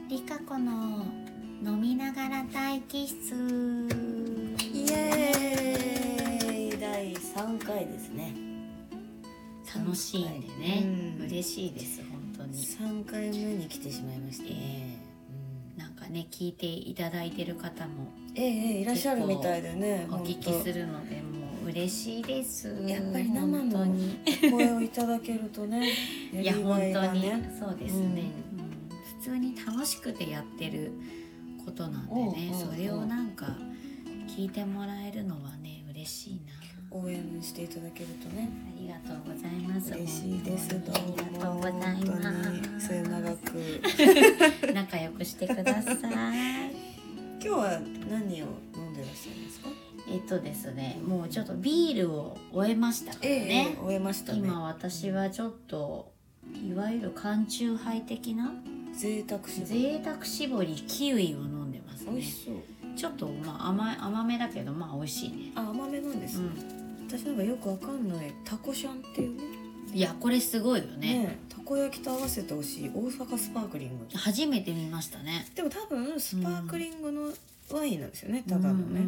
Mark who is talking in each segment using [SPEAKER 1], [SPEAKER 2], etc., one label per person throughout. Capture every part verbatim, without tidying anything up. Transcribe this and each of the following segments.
[SPEAKER 1] リカ子の飲みながら待機室。
[SPEAKER 2] イエーイ、だいさんかいですね。
[SPEAKER 1] 楽しいんでね、
[SPEAKER 2] うん、
[SPEAKER 1] 嬉しいです本当に。
[SPEAKER 2] さんかいめに来てしまいましたね、
[SPEAKER 1] えーうん、なんかね聞いていただいてる方も
[SPEAKER 2] えー、えー、いらっしゃるみたいでね、
[SPEAKER 1] お聞きするのでもう嬉しいです。
[SPEAKER 2] やっぱり生の声をいただけるとねやりがいがね。
[SPEAKER 1] いや本当にそうですね、うんうん、普通に楽しくてやってることなんでね、うんうんうん、それをなんか聞いてもらえるのはね嬉しいな。
[SPEAKER 2] 応援していただけるとね、
[SPEAKER 1] ありがとうございます。
[SPEAKER 2] 嬉しいです。どうも
[SPEAKER 1] ありがとうございます。
[SPEAKER 2] 末永く
[SPEAKER 1] 仲良くしてください。
[SPEAKER 2] 今日は何を飲んでらっしゃいますか？
[SPEAKER 1] えっとですね、もうちょっとビールを終えましたからね、
[SPEAKER 2] えー、終えましたね。
[SPEAKER 1] 今私はちょっといわゆる缶チューハイ的な
[SPEAKER 2] 贅沢搾り
[SPEAKER 1] 贅沢搾りキウイを飲んでますね。
[SPEAKER 2] 美味しそう。
[SPEAKER 1] ちょっとまあ 甘, 甘めだけどまあ美味しいね。
[SPEAKER 2] あ、甘めなんですね、うん、私なんかよくわかんないタコシャンっていうね。
[SPEAKER 1] いやこれすごいよ ね,
[SPEAKER 2] ねたこ焼きと合わせてほしい大阪スパークリング。
[SPEAKER 1] 初めて見ましたね。
[SPEAKER 2] でも多分スパークリングのワインなんですよね、うん、ただのね、うんうんうん、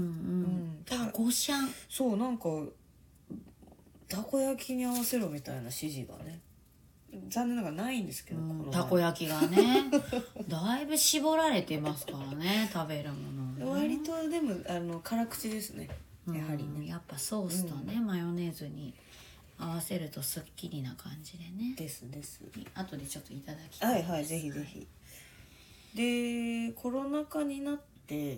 [SPEAKER 1] タコシャン。
[SPEAKER 2] そうなんかたこ焼きに合わせろみたいな指示がね残念ながらないんですけど、
[SPEAKER 1] うん、たこ焼きがねだいぶ絞られてますからね食べるもの、ね、
[SPEAKER 2] 割とでもあの辛口ですねやはりね、
[SPEAKER 1] うん、やっぱソースとね、うん、マヨネーズに合わせるとすっきりな感じでね。
[SPEAKER 2] ですです
[SPEAKER 1] 後でちょっといただきたいです。
[SPEAKER 2] はいはい、ぜひぜひ。でコロナ禍になって、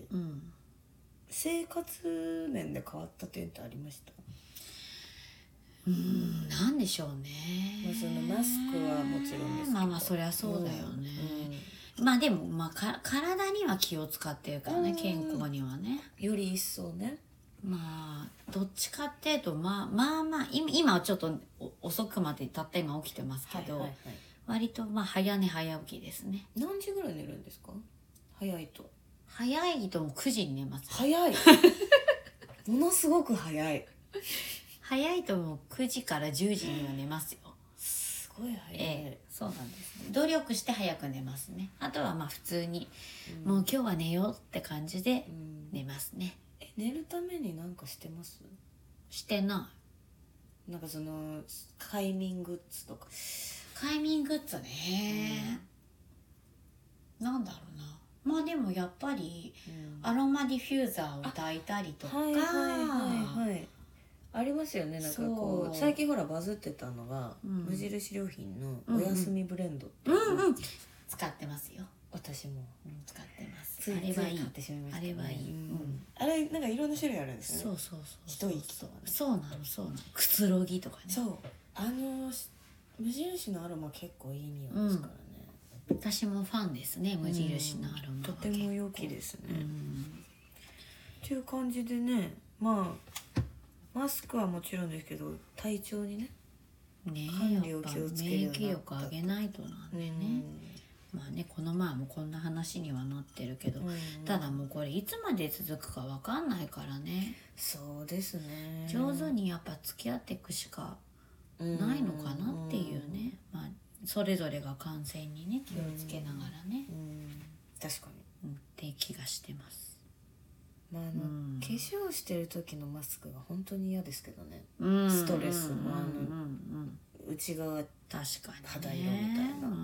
[SPEAKER 2] うん、生活面で変わった点ってありました？
[SPEAKER 1] うーん、なんでしょうね、
[SPEAKER 2] まあ、そのマスクはもちろんですけど、
[SPEAKER 1] まあまあそりゃそうだよね、うんうん、まあでも、まあ、か体には気を使ってるからね、健康にはね
[SPEAKER 2] より一層ね。
[SPEAKER 1] まあどっちかっていうとまあまあまあ今今はちょっと遅くまでたった今起きてますけど、はいはいはい、割とまあ早寝早起きですね。
[SPEAKER 2] 何時ぐらい寝るんですか？早いと
[SPEAKER 1] 早いともくじに寝ます。
[SPEAKER 2] 早いものすごく早い
[SPEAKER 1] 早いともうくじからじゅうじには寝ますよ。
[SPEAKER 2] すごい早い、
[SPEAKER 1] えー、そうなんですね。努力して早く寝ますね。あとはまあ普通に、うん、もう今日は寝ようって感じで寝ますね、
[SPEAKER 2] うん、え寝るために何かしてます？
[SPEAKER 1] してない。
[SPEAKER 2] なんかその快眠グッズとか。
[SPEAKER 1] 快眠グッズね、うん、なんだろうな。まあでもやっぱり、うん、アロマディフューザーを焚いたりとか、はいはいはいはい、
[SPEAKER 2] ありますよね。なんかこう最近ほらバズってたのが、うん、無印良品のおやすみブレンドっていう、
[SPEAKER 1] うんうん、使ってますよ
[SPEAKER 2] 私も、
[SPEAKER 1] うん、使ってます。
[SPEAKER 2] ついつい買ってしまいました、ね、
[SPEAKER 1] あれはいい、うん、
[SPEAKER 2] あれなんかいろんな種類あるんですよね。
[SPEAKER 1] そうそうそう
[SPEAKER 2] 一息とかね。
[SPEAKER 1] そうなのそうなの。くつろぎとかね。
[SPEAKER 2] そうあの無印のアロマ結構いい匂いですからね、
[SPEAKER 1] うん、私もファンですね無印のアロマ、うん、
[SPEAKER 2] とても良きですね、うん、っていう感じでね。まあマスクはもちろんですけど体調にね
[SPEAKER 1] ね
[SPEAKER 2] 管理を気をつけるようになった。
[SPEAKER 1] 免疫力上げないとなんでね、うん、まあねこの前もこんな話にはなってるけど、うん、ただもうこれいつまで続くか分かんないからね。
[SPEAKER 2] そうですね。
[SPEAKER 1] 上手にやっぱ付き合っていくしかないのかなっていうね、うん、まあそれぞれが感染にね気をつけながらね、
[SPEAKER 2] うんうん、確かに、
[SPEAKER 1] うん、って気がしてます。
[SPEAKER 2] まああの、うん、化粧してる時のマスクが本当に嫌ですけどね、
[SPEAKER 1] うん、
[SPEAKER 2] ストレスもあの、
[SPEAKER 1] うんうん、
[SPEAKER 2] 内側
[SPEAKER 1] 確かに、ね、
[SPEAKER 2] 肌色みたいな、うん、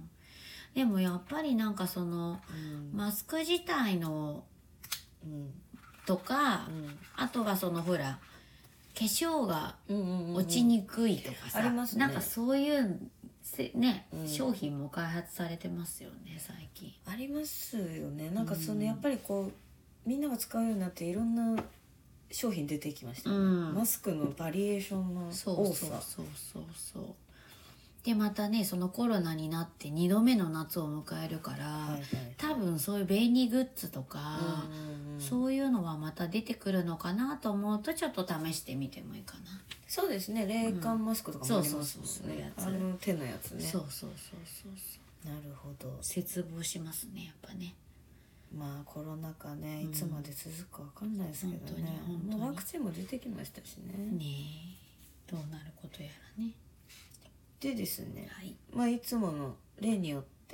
[SPEAKER 1] でもやっぱりなんかその、うん、マスク自体の、うん、とか、うん、あとはそのほら化粧が落ちにくいとかさ、うんうんうん、なんかそういうね、うん、商品も開発されてますよね最近。
[SPEAKER 2] ありますよね。なんかそのやっぱりこうみんなが使うようになっていろんな商品出てきましたね、うん、マスクのバリエーションの多さ。
[SPEAKER 1] そうそうそうそうそう。でまたねそのコロナになってにどめの夏を迎えるから、はいはいはい、多分そういう便利グッズとか、うんうん、そういうのはまた出てくるのかなと思うとちょっと試してみてもいいかな。
[SPEAKER 2] そうですね。冷感マスクとかもありますもんね。あの手のやつね。
[SPEAKER 1] そうそうそうそうそう。
[SPEAKER 2] なるほど。
[SPEAKER 1] 切望しますねやっぱね。
[SPEAKER 2] まあコロナ禍ねいつまで続くかわかんないですけどね、うん、もうワクチンも出てきましたしね。
[SPEAKER 1] ねえどうなることやらね。
[SPEAKER 2] でですね、
[SPEAKER 1] はい、
[SPEAKER 2] まあいつもの例によって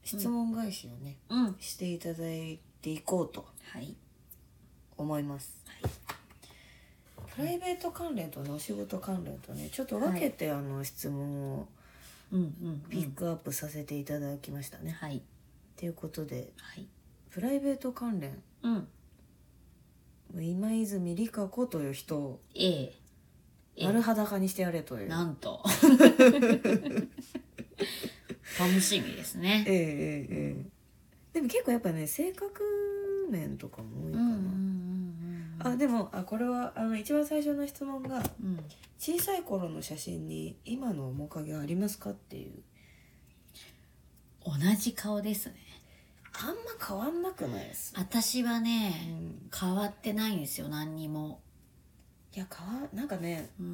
[SPEAKER 2] 質問返しをね、
[SPEAKER 1] うん、
[SPEAKER 2] していただいていこうと思います、
[SPEAKER 1] はい、
[SPEAKER 2] プライベート関連とねお仕事関連とねちょっと分けて、はい、あの質問をピックアップさせていただきましたね。
[SPEAKER 1] はい。
[SPEAKER 2] ということで、
[SPEAKER 1] はい、
[SPEAKER 2] プライベート関連、
[SPEAKER 1] うん、
[SPEAKER 2] 今泉理香子という人を、
[SPEAKER 1] ええ、
[SPEAKER 2] 丸裸にしてやれという。
[SPEAKER 1] なんと楽しみですね。
[SPEAKER 2] ええええええ。でも結構やっぱね性格面とかも多いかな。うんうんうんうん、あでもあこれはあの一番最初の質問が、うん、小さい頃の写真に今の面影はありますかっていう。
[SPEAKER 1] 同じ顔ですね。
[SPEAKER 2] あんま変わんなくないです。
[SPEAKER 1] 私はね、うん、変わってないんですよ何にも。
[SPEAKER 2] いや変わなんかね、うん、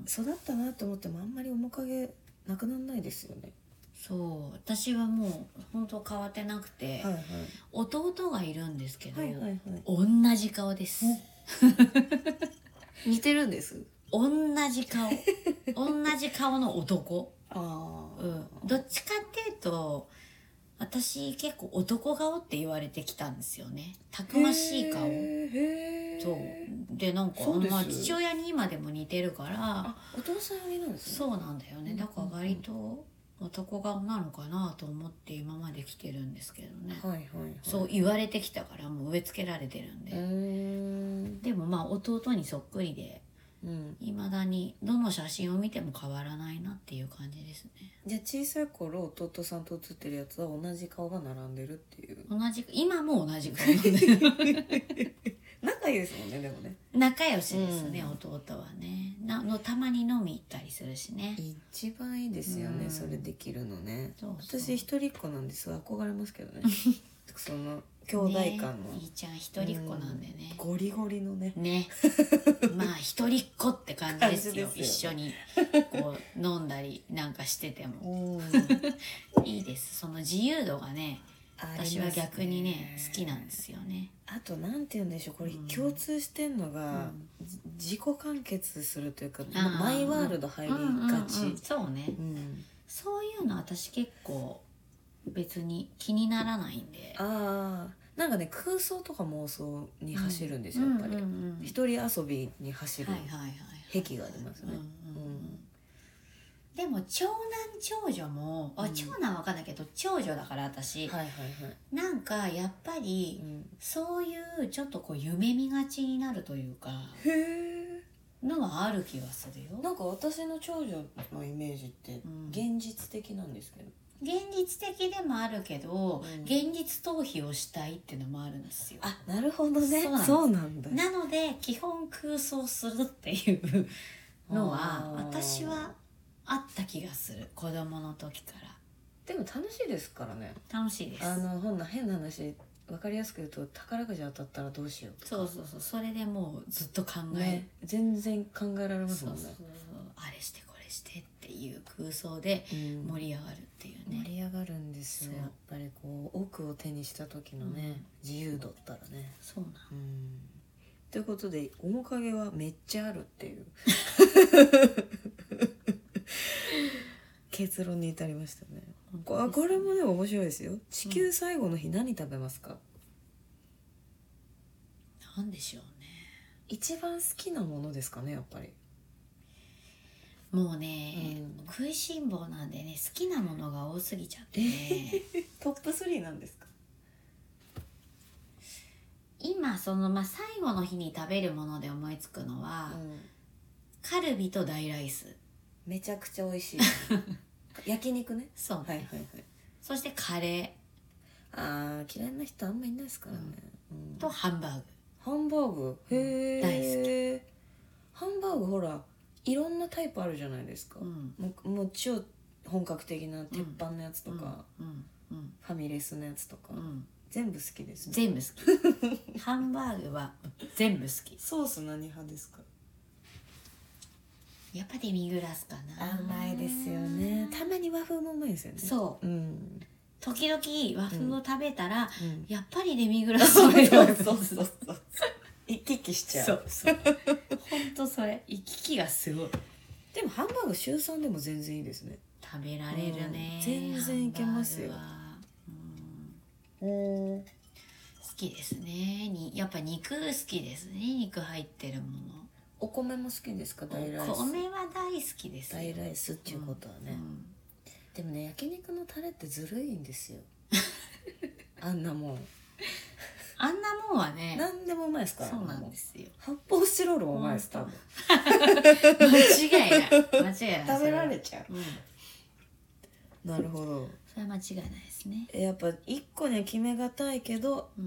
[SPEAKER 2] 育ったなと思ってもあんまり面影なくならないですよね。
[SPEAKER 1] そう私はもう本当変わってなくて、はいはい、弟がいるんですけど、はいはいはい、同じ顔です。
[SPEAKER 2] 似てるんです。
[SPEAKER 1] 同じ顔同じ顔の男。あ、うん、どっちかっていうと私結構男顔って言われてきたんですよね。たくましい顔。へそうでなんかまあ父親に今でも似てるから。あ
[SPEAKER 2] お父さん寄りなんですね。
[SPEAKER 1] そうなんだよね。だから割と男顔なのかなと思って今まで来てるんですけどね、はいはいはい、そう言われてきたからもう植え付けられてるんで。うーんでもまあ弟にそっくりでいま、うん、だにどの写真を見ても変わらないなっていう感じですね。
[SPEAKER 2] じゃあ小さい頃弟さんと写ってるやつは同じ顔が並んでるっていう。
[SPEAKER 1] 同じ今も同じ顔なんで
[SPEAKER 2] 仲いいですもんね。でもね
[SPEAKER 1] 仲良しですね、うん、弟はねなのたまに飲み行ったりするしね。
[SPEAKER 2] 一番いいですよね、うん、それできるのね。そうそう私一人っ子なんです憧れますけどねその兄弟間の、ね、
[SPEAKER 1] いいちゃん一人っ子なんでね、
[SPEAKER 2] うん、ゴリゴリのね
[SPEAKER 1] ねまあ一人っ子って感じですよ。一緒にこう飲んだりなんかしててもいいです。その自由度がね私は逆にね好きなんですよね。
[SPEAKER 2] あとなんて言うんでしょうこれ、うん、共通してんのが、うん、自己完結するというかマイワールド入りがち、うんうんうん、
[SPEAKER 1] そうね、うん、そういうの私結構別に気にならないんで。
[SPEAKER 2] ああなんかね空想とか妄想に走るんですよ、うん、やっぱり、うんうんうん、一人遊びに走る癖がありますね。
[SPEAKER 1] でも長男長女も、うん、長男は分かんないけど長女だから私、はいはいはい、なんかやっぱり、うん、そういうちょっとこう夢見がちになるというかへのはある気がするよ。
[SPEAKER 2] なんか私の長女のイメージって現実的なんですけど、
[SPEAKER 1] うん、現実的でもあるけど、うん、現実逃避をしたいっていうのもあるんですよ。
[SPEAKER 2] あなるほどね。そうなん
[SPEAKER 1] そうなんだ。なので基本空想するっていうのは私はあった気がする子供の時から。
[SPEAKER 2] でも楽しいですからね。
[SPEAKER 1] 楽しいです。
[SPEAKER 2] あのほんな変な話分かりやすく言うと宝くじ当たったらどうしようとか。
[SPEAKER 1] そうそうそうそれでもうずっと考え、ね、
[SPEAKER 2] 全然考えられますもんね。そうそうそう
[SPEAKER 1] あれしてこれしてっていう空想で盛り上がるっていうね、
[SPEAKER 2] うん、盛り上がるんですよ。やっぱりこう奥を手にした時のね、うん、自由度ったらね。
[SPEAKER 1] そうなん、うん
[SPEAKER 2] ということで面影はめっちゃあるっていう結論に至りましたね。ここれもね面白いですよ。地球最後の日何食べますか？
[SPEAKER 1] なんでしょうね。
[SPEAKER 2] 一番好きなものですかねやっぱり。
[SPEAKER 1] もうね、うん、食いしん坊なんでね好きなものが多すぎちゃってね
[SPEAKER 2] トップスリーなんですか？
[SPEAKER 1] 今その、まあ、最後の日に食べるもので思いつくのは、うん、カルビと大ライス。
[SPEAKER 2] めちゃくちゃ美味しい焼肉ね。
[SPEAKER 1] そうね、
[SPEAKER 2] はいはいはい、
[SPEAKER 1] そしてカレ
[SPEAKER 2] ー。あー嫌いな人あんまいないですからね、
[SPEAKER 1] うんうん、とハンバーグ。
[SPEAKER 2] ハンバーグへー大好き。ハンバーグほらいろんなタイプあるじゃないですか、うん、もう、もう超本格的な鉄板のやつとか、うんうんうん、ファミレスのやつとか、うん、全部好きです、ね、
[SPEAKER 1] 全部好きハンバーグは全部好き。
[SPEAKER 2] ソース何派ですか？
[SPEAKER 1] やっぱデミグラスかな。
[SPEAKER 2] 甘いですよね。たまに和風もうまいですよね。
[SPEAKER 1] そう、うん、時々和風を食べたら、うん、やっぱりデミグラス
[SPEAKER 2] そうそうそうそう行き来しちゃう。
[SPEAKER 1] そうそうほんとそれ行き来がすごい。
[SPEAKER 2] でもハンバーグ週さんでも全然いいですね。
[SPEAKER 1] 食べられるね、
[SPEAKER 2] うん、全然いけますよ。
[SPEAKER 1] うんきですね。にやっぱ肉好きですね。肉入ってるもの。
[SPEAKER 2] お米も好きですか？大ライス。
[SPEAKER 1] お米は大好きですよ。
[SPEAKER 2] 大ライスっていうことはね、うんうん、でもね焼肉のタレってずるいんですよあんなもん
[SPEAKER 1] あんなもんはね
[SPEAKER 2] 何でもうまいですから。
[SPEAKER 1] そうなんですよ。
[SPEAKER 2] 発泡スチロールもうまいです多分
[SPEAKER 1] 間違いない間違いない
[SPEAKER 2] 食べられちゃう、
[SPEAKER 1] うん、
[SPEAKER 2] なるほど。
[SPEAKER 1] それは間違いないですね。
[SPEAKER 2] やっぱ一個には決めがたいけど、
[SPEAKER 1] うん、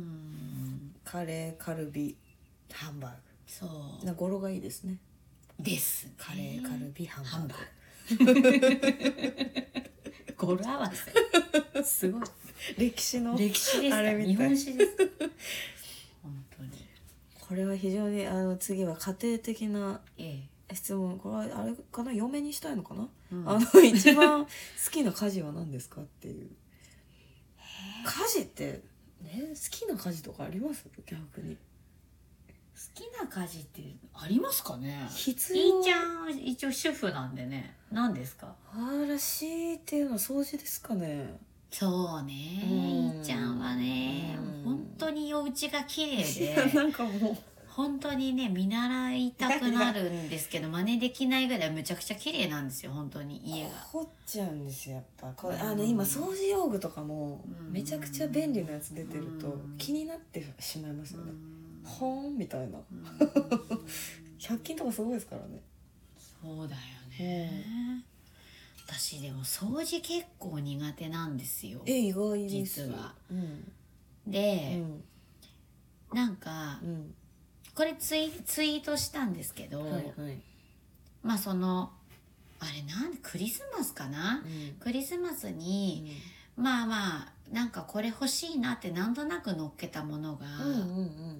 [SPEAKER 2] カレー、カルビ、ハンバーグ、
[SPEAKER 1] そう
[SPEAKER 2] な語呂がいいですね。
[SPEAKER 1] です、ね、
[SPEAKER 2] カレー、カルビ、ハンバ
[SPEAKER 1] ーグ語呂合わせすごい
[SPEAKER 2] 歴史の
[SPEAKER 1] 歴史ですか？日本史です本当に。
[SPEAKER 2] これは非常にあの次は家庭的な質問、ええ、これはあれかな、嫁にしたいのかな、うん、あの一番好きな家事は何ですかっていう家事ってね、好きな家事とかあります？逆に
[SPEAKER 1] 好きな家事ってありますかね。
[SPEAKER 2] 必要。
[SPEAKER 1] いいちゃん一応主婦なんでね。何ですか？
[SPEAKER 2] あらしいっていうのは掃除ですかね。
[SPEAKER 1] そうね、いいちゃんはね本当にお家が綺麗で
[SPEAKER 2] なんかもう
[SPEAKER 1] 本当にね見習いたくなるんですけど真似できないぐらいむちゃくちゃ綺麗なんですよ本当に家が。
[SPEAKER 2] 凝っちゃうんですよやっぱこれ、うん、あの今掃除用具とかもめちゃくちゃ便利なやつ出てると気になってしまいますよね。ほーんみたいなひゃく均とかすごいですからね。
[SPEAKER 1] そうだよね、うん、私でも掃除結構苦手なんですよ。
[SPEAKER 2] え意外です。
[SPEAKER 1] 実は、
[SPEAKER 2] うん、
[SPEAKER 1] で、うん、なんか、うん、これツイ、ツイートしたんですけど、はいはい、まあそのあれなんクリスマスかな、うん、クリスマスに、うん、まあまあなんかこれ欲しいなってなんとなく乗っけたものが、うんうんうん、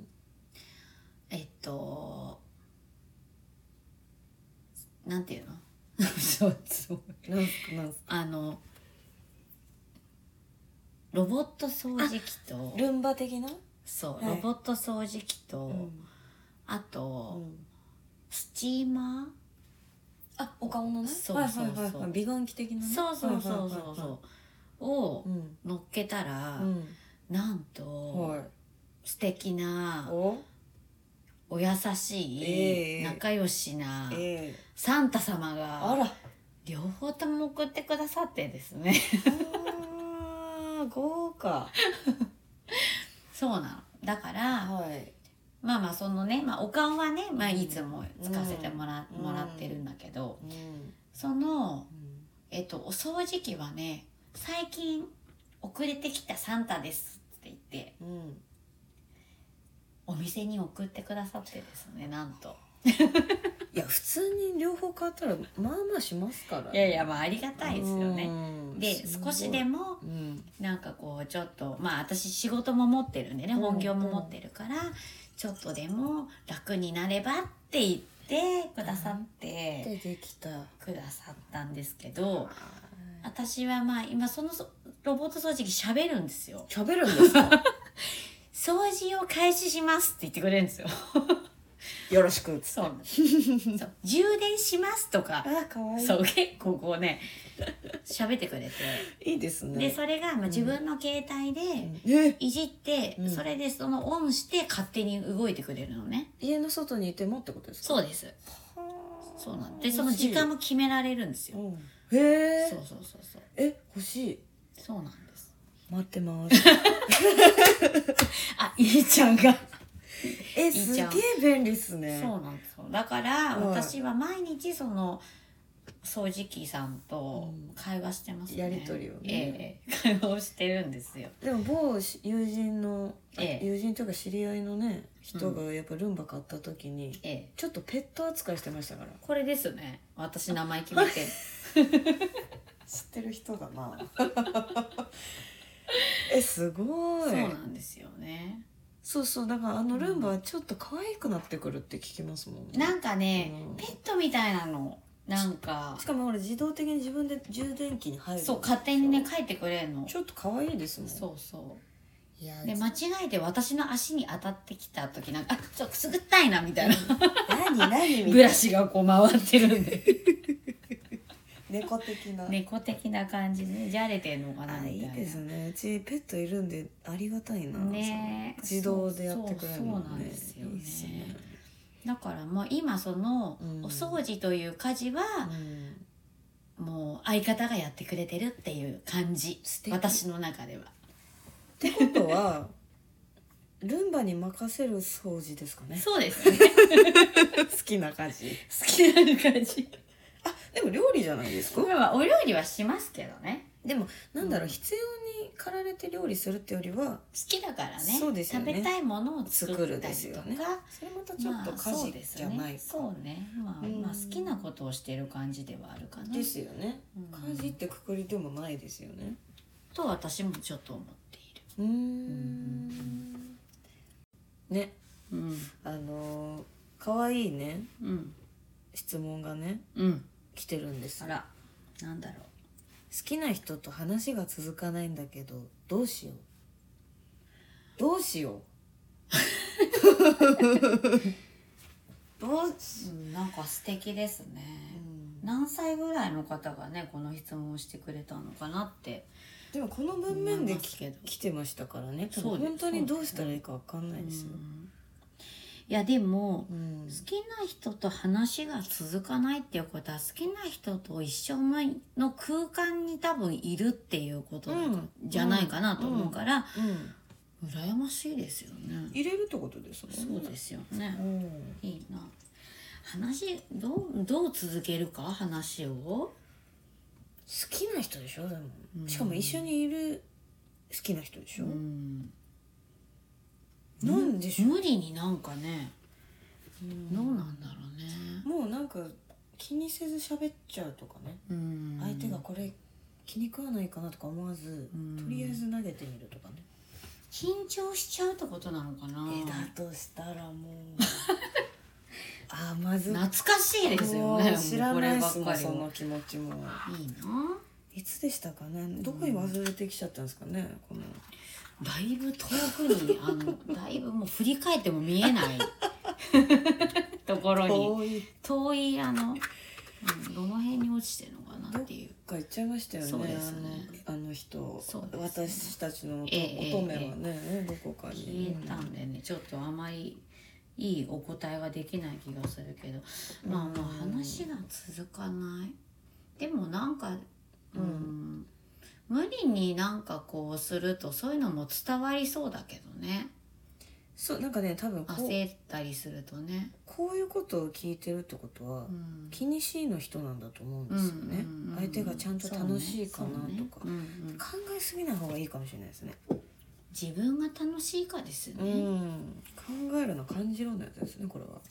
[SPEAKER 1] えっとなんていうのそうそうあのロボット掃除機と
[SPEAKER 2] ルンバ的な
[SPEAKER 1] そう、はい、ロボット掃除機と、うん、あと、うん、スチーマー
[SPEAKER 2] あお顔のね
[SPEAKER 1] そうそうそう、はいはいはい、
[SPEAKER 2] 美顔器的なね
[SPEAKER 1] そうそうそうそうそう、はいはいはい、を乗っけたら、うん、なんと、はい、素敵なおお優しい、えー、仲良しな、えー、サンタ様があら両方とも送ってくださってですね
[SPEAKER 2] あ豪華
[SPEAKER 1] そうなのだから、はい、まあまあそのね、まあ、お顔はね、まあ、いつも使わせてもら、うん、もらってるんだけど、うん、その、えっと、お掃除機はね最近遅れてきたサンタですって言って、うん、お店に送ってくださってですねなんと
[SPEAKER 2] いや普通に両方買ったらまあまあしますから、ね、
[SPEAKER 1] いやいやまあありがたいですよね。で少しでもなんかこうちょっとまあ私仕事も持ってるんでね本業も持ってるから、うんうん、ちょっとでも楽になればって言ってくださって、
[SPEAKER 2] うん、でできた
[SPEAKER 1] くださったんですけど私はまあ今そのロボット掃除機喋るんですよ。
[SPEAKER 2] 喋るんですか
[SPEAKER 1] 掃除を開始しますって言ってくれるんですよ
[SPEAKER 2] よろしく
[SPEAKER 1] そうそう充電しますとか
[SPEAKER 2] あかわいい
[SPEAKER 1] そう結構こうね喋ってくれて
[SPEAKER 2] いいですね。
[SPEAKER 1] でそれが、まあ、自分の携帯でいじって、うん、それでそのオンして勝手に動いてくれるのね。
[SPEAKER 2] 家の外にいてもってことですか？
[SPEAKER 1] そうです。そうなんでその時間も決められるんですよ、うん、
[SPEAKER 2] へえ
[SPEAKER 1] そうそうそうそう
[SPEAKER 2] え欲しい。
[SPEAKER 1] そうなんです
[SPEAKER 2] 待ってます
[SPEAKER 1] あいいちゃんが
[SPEAKER 2] えすげえ便利っすね。
[SPEAKER 1] そうなんですよ。だから私は毎日その掃除機さんと会話してますね、
[SPEAKER 2] やり取りをね、
[SPEAKER 1] ええ、会話をしてるんですよ。
[SPEAKER 2] でも某友人の、ええ、友人というか知り合いのね人がやっぱルンバ買った時に、ええ、ちょっとペット扱いしてましたから。
[SPEAKER 1] これですね私名前決めて
[SPEAKER 2] 知ってる人だなえすごい。
[SPEAKER 1] そうなんですよね。
[SPEAKER 2] そうそうだからあのルンバはちょっと可愛くなってくるって聞きますもんね、
[SPEAKER 1] うん、なんかね、うん、ペットみたいなのなんか
[SPEAKER 2] し, しかも俺自動的に自分で充電器に入る
[SPEAKER 1] そう勝手にね書いてくれるの。
[SPEAKER 2] ちょっと可愛いですもん。
[SPEAKER 1] そうそういやで間違えて私の足に当たってきた時なんかあちょっとくすぐったいなみたいな
[SPEAKER 2] 何何みたいな
[SPEAKER 1] ブラシがこう回ってるんで
[SPEAKER 2] 猫的な
[SPEAKER 1] 猫的な感じでじゃれてんのかなみたいな。
[SPEAKER 2] いいですね。うちペットいるんでありがたいな。
[SPEAKER 1] ね、
[SPEAKER 2] 自動でやってくれる
[SPEAKER 1] もんね。そうなんですよね。いいっすね。だからもう今そのお掃除という家事は、うん、もう相方がやってくれてるっていう感じ、私の中では。
[SPEAKER 2] ってことはルンバに任せる掃除ですかね。
[SPEAKER 1] そうですね。
[SPEAKER 2] 好きな家事。
[SPEAKER 1] 好きな家事。
[SPEAKER 2] あ、でも料理じゃないですか。
[SPEAKER 1] 今はお料理はしますけどね。
[SPEAKER 2] でもなんだろう、うん、必要に駆られて料理するってよりは好
[SPEAKER 1] きだからね。
[SPEAKER 2] そうですよね。
[SPEAKER 1] 食べたいものを作ったりとか。
[SPEAKER 2] ですよね。それまたちょっと家事じゃないか。
[SPEAKER 1] そうね。まあ、まあ好きなことをしてる感じではあるかな。
[SPEAKER 2] ですよね。うん、家事ってくくりでもないですよね。
[SPEAKER 1] と私もちょっと思っている。
[SPEAKER 2] うーん。うんね、うん、あのー、かわいいね、うん、質問がね、うん、来てるんです。
[SPEAKER 1] あら、なんだろう。
[SPEAKER 2] 好きな人と話が続かないんだけどどうしようどうしようどうし、
[SPEAKER 1] うん、なんか素敵ですね、うん、何歳ぐらいの方がねこの質問をしてくれたのかなって。
[SPEAKER 2] でもこの文面で来てましたからね。そう本当にどうしたらいいか分かんないですよ。
[SPEAKER 1] いやでも、うん、好きな人と話が続かないっていうことは好きな人と一緒の空間に多分いるっていうことだ、うん、じゃないかなと思うから、うんうん、羨ましいですよね。
[SPEAKER 2] 入れるってことですもんね。
[SPEAKER 1] そうですよね、うん、いいな。話どうどう続けるか話を。
[SPEAKER 2] 好きな人でしょでも、うん、しかも一緒にいる好きな人でしょ、うんなんでしょう。
[SPEAKER 1] 無理になんかね、うん、どうなんだろう
[SPEAKER 2] ね。もうなんか気にせず喋っちゃうとかね、うん、相手がこれ気に食わないかなとか思わず、うん、とりあえず投げてみるとかね。
[SPEAKER 1] 緊張しちゃうってことなのかな。
[SPEAKER 2] えだとしたらもうあまず
[SPEAKER 1] 懐かしいですよね。
[SPEAKER 2] 知らないですもんその気持ちも。いい
[SPEAKER 1] な。
[SPEAKER 2] いつでしたかね。どこに忘れてきちゃったんですかね、この
[SPEAKER 1] だいぶ遠くにあのだいぶもう振り返っても見えないところに遠い遠いあの、うん、どの辺に落ちてるのかなっていう。
[SPEAKER 2] どっか行っちゃいましたよね。そうですね。あの、あの人、ね、私たちの乙女はね、ええ、どこかに
[SPEAKER 1] 消えたんでね、ちょっとあまりいいお答えはできない気がするけど、まあまあ話が続かない。でもなんか、うん、うん無理になんかこうするとそういうのも伝わりそうだけどね。
[SPEAKER 2] そうなんかね多分
[SPEAKER 1] 焦ったりするとね
[SPEAKER 2] こういうことを聞いてるってことは、うん、気にしいの人なんだと思うんですよね、うんうんうん、相手がちゃんと楽しいかなとか、ねねうんうん、考えすぎない方がいいかもしれないですね。
[SPEAKER 1] 自分が楽しいかですね、うん、
[SPEAKER 2] 考えるの感じろのやつですねこれは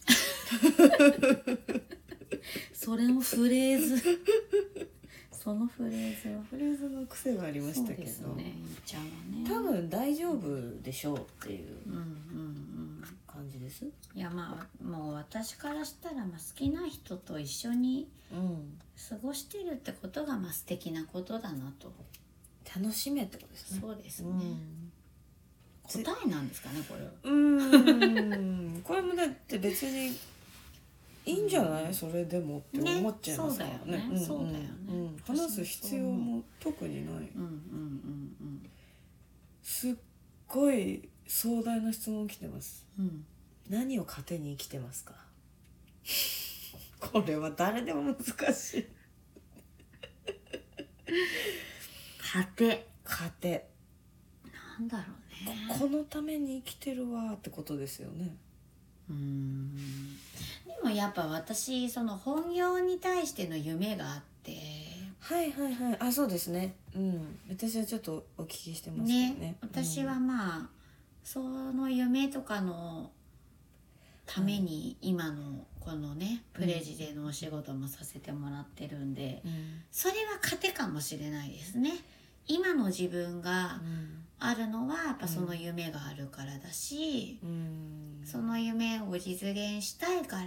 [SPEAKER 1] それのフレーズそのフレーズは
[SPEAKER 2] フレーズの癖がありましたけど、そうですね、
[SPEAKER 1] いっちゃうわね。
[SPEAKER 2] 多分大丈夫でしょうっていう感じです、うんうん
[SPEAKER 1] うん、いやまあもう私からしたら、まあ、好きな人と一緒に過ごしてるってことがまあ素敵なことだなと。
[SPEAKER 2] 楽しめってことですね。
[SPEAKER 1] そうですね、うん、答えなんですかねこれは。
[SPEAKER 2] うーんこれもだって別にいいんじゃない、うん、それでもって思っちゃいますからね。そうだよね。話す必要も特にない。うんうんうんうん、すっごい壮大な質問来てます、うん、何を糧に生きてますかこれは誰でも難しい
[SPEAKER 1] 糧
[SPEAKER 2] 糧
[SPEAKER 1] なんだろうね。
[SPEAKER 2] このために生きてるわってことですよね。
[SPEAKER 1] うーんでもやっぱ私その本業に対しての夢があって。
[SPEAKER 2] はいはいはい。あそうですね。うん私はちょっとお聞きしてますけどね。ね
[SPEAKER 1] 私はまあ、うん、その夢とかのために今のこのね、うん、プレジでのお仕事もさせてもらってるんで、うん、それは糧かもしれないですね。今の自分があるのはやっぱその夢があるからだし、うん、その夢を実現したいから、うん、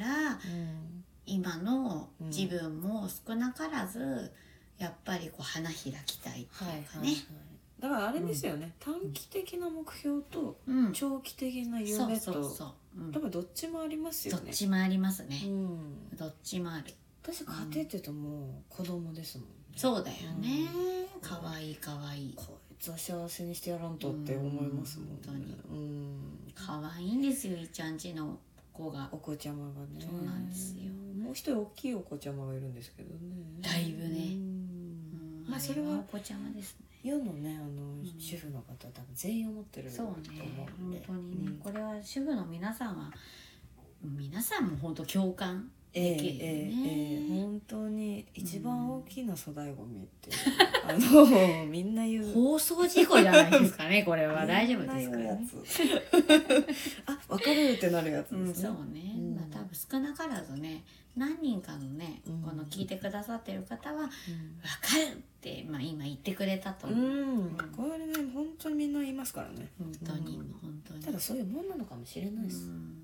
[SPEAKER 1] 今の自分も少なからずやっぱりこう花開きたいっていうかね、はいはいはい、
[SPEAKER 2] だからあれですよね、うん、短期的な目標と長期的な夢と、うん、そうそうそう、うん、多分どっちもありますよね。
[SPEAKER 1] どっちもありますね、うん、どっちもある。
[SPEAKER 2] 私家庭って言うともう子供ですもんね。
[SPEAKER 1] そうだよね、かわいいかわいい、
[SPEAKER 2] こいつは幸せにしてやらんとって思いますもんね。
[SPEAKER 1] 本当に
[SPEAKER 2] うん
[SPEAKER 1] かわいいんですよ、いちゃんちの子が。
[SPEAKER 2] お子ちゃまがね。
[SPEAKER 1] そうなんですよ。
[SPEAKER 2] もう一人大きいお子ちゃまがいるんですけどね。
[SPEAKER 1] だいぶね、
[SPEAKER 2] うん
[SPEAKER 1] まあそれはお子ちゃまですね。
[SPEAKER 2] 世のねあの、うん、主婦の方多分全員思ってると思うんで。
[SPEAKER 1] そうね、本当にね、うん、これは主婦の皆さんは皆さんも本当共感できるよね。えーえーえー、
[SPEAKER 2] 本当に一番大きな粗大ゴミって、うん、あのみんな言う
[SPEAKER 1] 放送事故じゃないですかねこれは。大丈夫ですかね
[SPEAKER 2] あ、分かるってなるやつですね、
[SPEAKER 1] うん、そうね、うん、まあ多分少なからずね何人かのね、うん、この聞いてくださってる方は、うん、分かるって、まあ、今言ってくれたと思う、うん
[SPEAKER 2] うん、これね本当にみんな言いますからね。
[SPEAKER 1] 本当に、うん、本当に
[SPEAKER 2] ただそういうもんなのかもしれないです、うん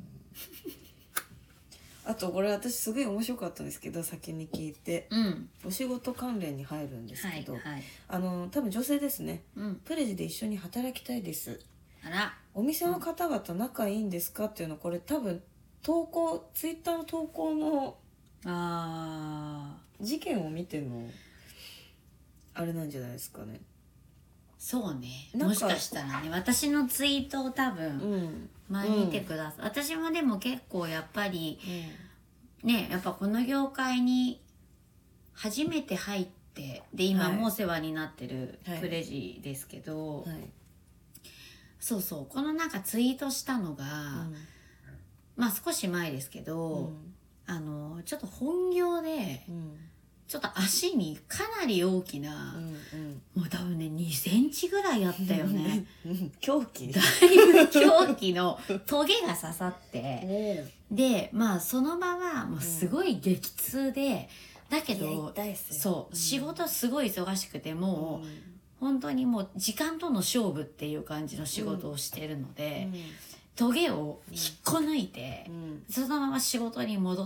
[SPEAKER 2] あとこれ私すごい面白かったんですけど先に聞いて、うん、お仕事関連に入るんですけど、はいはい、あの多分女性ですね、うん、プレジで一緒に働きたいです。
[SPEAKER 1] あら、
[SPEAKER 2] お店の方々仲いいんですかっていうのこれ多分投稿ツイッターの投稿のあ事件を見てのあれなんじゃないですかね。
[SPEAKER 1] そうね、もしかしたらね私のツイートを多分、うん前見てください、うん、私もでも結構やっぱり、うん、ねやっぱこの業界に初めて入ってで今もお世話になってるプレジですけど、はいはい、そうそうこのなんかツイートしたのが、うん、まあ少し前ですけど、うん、あのちょっと本業で、うんちょっと足にかなり大きな、うんうん、もう多分ねにセンチぐらいあったよね
[SPEAKER 2] 凶器
[SPEAKER 1] だいぶ凶器のトゲが刺さってでまあその場はもうすごい激痛で、うん、だけどそう、うん、仕事すごい忙しくてもう、うん、本当にもう時間との勝負っていう感じの仕事をしてるので、うんうんトゲを引っこ抜いて、うん、そのまま仕事に戻って、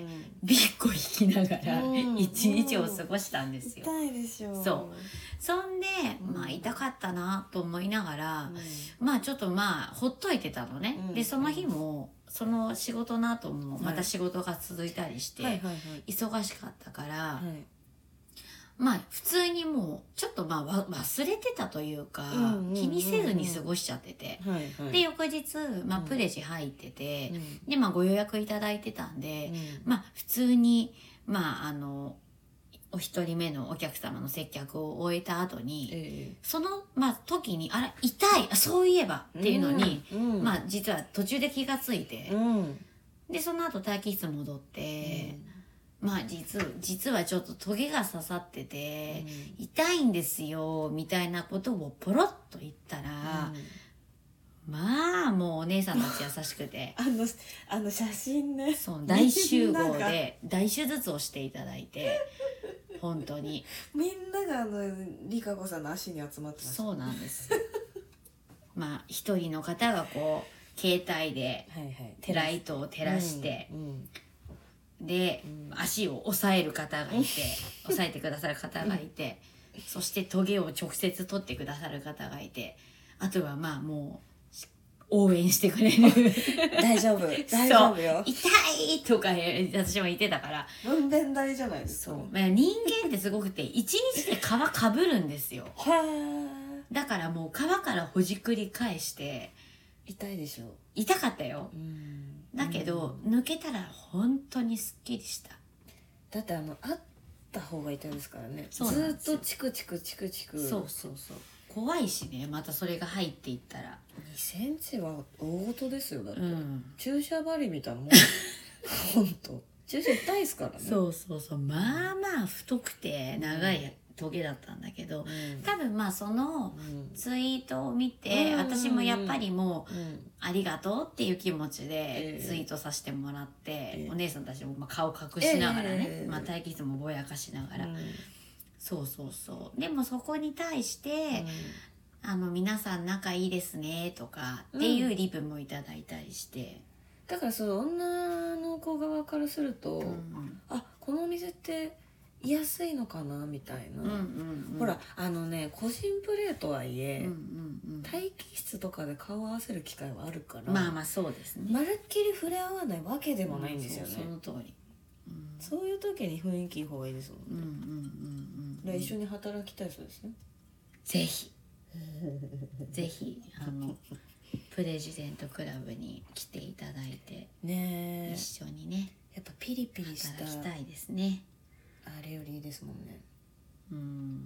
[SPEAKER 1] うん、ビッコ引きながら一日を過ごしたんですよ。
[SPEAKER 2] 痛いでしょ。
[SPEAKER 1] そうそんで、うん、まあ痛かったなと思いながら、うん、まあちょっとまあほっといてたのね、うん、でその日もその仕事の後もまた仕事が続いたりして、はいはいはいはい、忙しかったから、はいまあ普通にもうちょっとまあ忘れてたというか、うんうんうんうん、気にせずに過ごしちゃってて、はいはい、で翌日、まあ、プレジ入ってて、うん、でまあご予約いただいてたんで、うん、まあ普通にまああのお一人目のお客様の接客を終えた後に、えー、そのまあ時にあら痛いあそういえばっていうのに、うんうん、まあ実は途中で気がついて、うん、でその後待機室戻って。うんまあ実実はちょっとトゲが刺さってて、うん、痛いんですよみたいなことをポロッと言ったら、うん、まあもうお姉さんたち優しくて
[SPEAKER 2] あのあの写真ね
[SPEAKER 1] そう大集合で大手術をしていただいて本当に
[SPEAKER 2] みんながあのリカ子さんの足に集まってました。
[SPEAKER 1] そうなんですまあ一人の方がこう携帯でライトを照らして、うんうんで、うん、足を押さえる方がいて押さえてくださる方がいてそしてトゲを直接取ってくださる方がいてあとはまあもう応援してくれる
[SPEAKER 2] 大丈夫大丈夫よ
[SPEAKER 1] 痛いとか私も言ってたから
[SPEAKER 2] 分娩台じゃないですか。
[SPEAKER 1] そう、まあ、人間ってすごくて一日で皮かぶるんですよだからもう皮からほじくり返して
[SPEAKER 2] 痛いでしょ。
[SPEAKER 1] 痛かったよ。うんだけど、うん、抜けたら本当にすっきりした。
[SPEAKER 2] だってあのあった方が痛いですからね。ずっとチクチクチクチク。
[SPEAKER 1] そうそうそう。怖いしねまたそれが入っていったら。
[SPEAKER 2] にセンチは大事ですよだって。うん、注射針みたいなもん。本当。注射痛いですからね。
[SPEAKER 1] そうそうそう。まあまあ太くて長いトゲだったんだけど、うん、多分まあそのツイートを見て、うん、私もやっぱりもう、うん、ありがとうっていう気持ちでツイートさせてもらって、えー、お姉さんたちもまあ顔隠しながらね、えー、まあ待機室もぼやかしながら、うん、そうそうそうでもそこに対して、あの皆さん仲いいですねとかっていうリプもいただいたりして、
[SPEAKER 2] だからその女の子側からすると、うん、あこのお店って居やすいのかなみたいな、うんうんうん、ほらあのね個人プレーとはいえ、うんうんうん、待機室とかで顔合わせる機会はあるから
[SPEAKER 1] まあまあそうですね
[SPEAKER 2] まるっきり触れ合わないわけでもないんですよね、
[SPEAKER 1] うん、そうその通り、うん、
[SPEAKER 2] そういう時に雰囲気いい方がいいですもんね。
[SPEAKER 1] うんうんうん
[SPEAKER 2] うん、一緒に働きたいそうですね。
[SPEAKER 1] ぜひぜひあのプレジデントクラブに来ていただいて、
[SPEAKER 2] ね、
[SPEAKER 1] 一緒にね
[SPEAKER 2] やっぱピリピリした
[SPEAKER 1] 働きたいですね。
[SPEAKER 2] あれよりいいですもんね。
[SPEAKER 1] うん、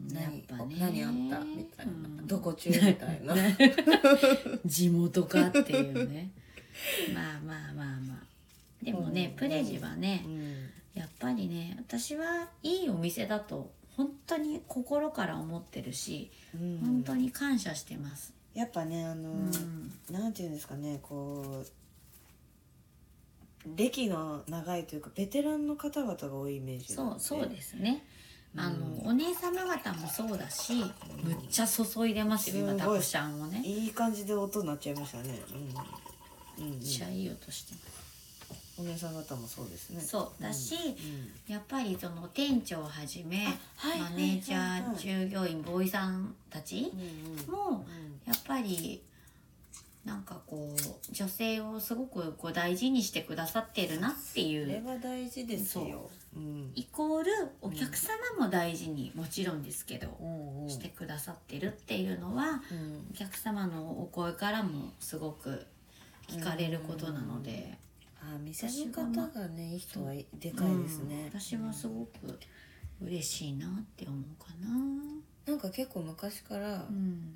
[SPEAKER 2] 何
[SPEAKER 1] やっぱね
[SPEAKER 2] 何あったみたいな、うん、どこ中みたいな
[SPEAKER 1] 地元かっていうねまあまあまあまあでもね、うん、プレジはね、うん、やっぱりね私はいいお店だと本当に心から思ってるし、うん、本当に感謝してます。
[SPEAKER 2] やっぱねあの、うん、なんていうんですかねこう歴の長いというかベテランの方々が多いイメージ
[SPEAKER 1] なんで。そうそうですね。あの、うん、お姉様方もそうだし、むっちゃ注いでますよ、今タコシャンをね。
[SPEAKER 2] いい感じで音になっちゃいましたね。
[SPEAKER 1] うん、めっちゃいい音してます。
[SPEAKER 2] お姉さん方もそうですね。
[SPEAKER 1] そうだし、うん、やっぱりその店長をはじめ、マネージャー、従業員、ボーイさんたちもやっぱりなんかこう女性をすごくこう大事にしてくださってるなっていう。
[SPEAKER 2] それは大事ですよ。
[SPEAKER 1] うん、イコールお客様も大事に、もちろんですけど、うん、してくださってるっていうのは、うん、お客様のお声からもすごく聞かれることなので、
[SPEAKER 2] うん、あ店の方がねいい人はでかいですね、
[SPEAKER 1] うん、私はすごく嬉しいなって思うかな。
[SPEAKER 2] なんか結構昔から、うん、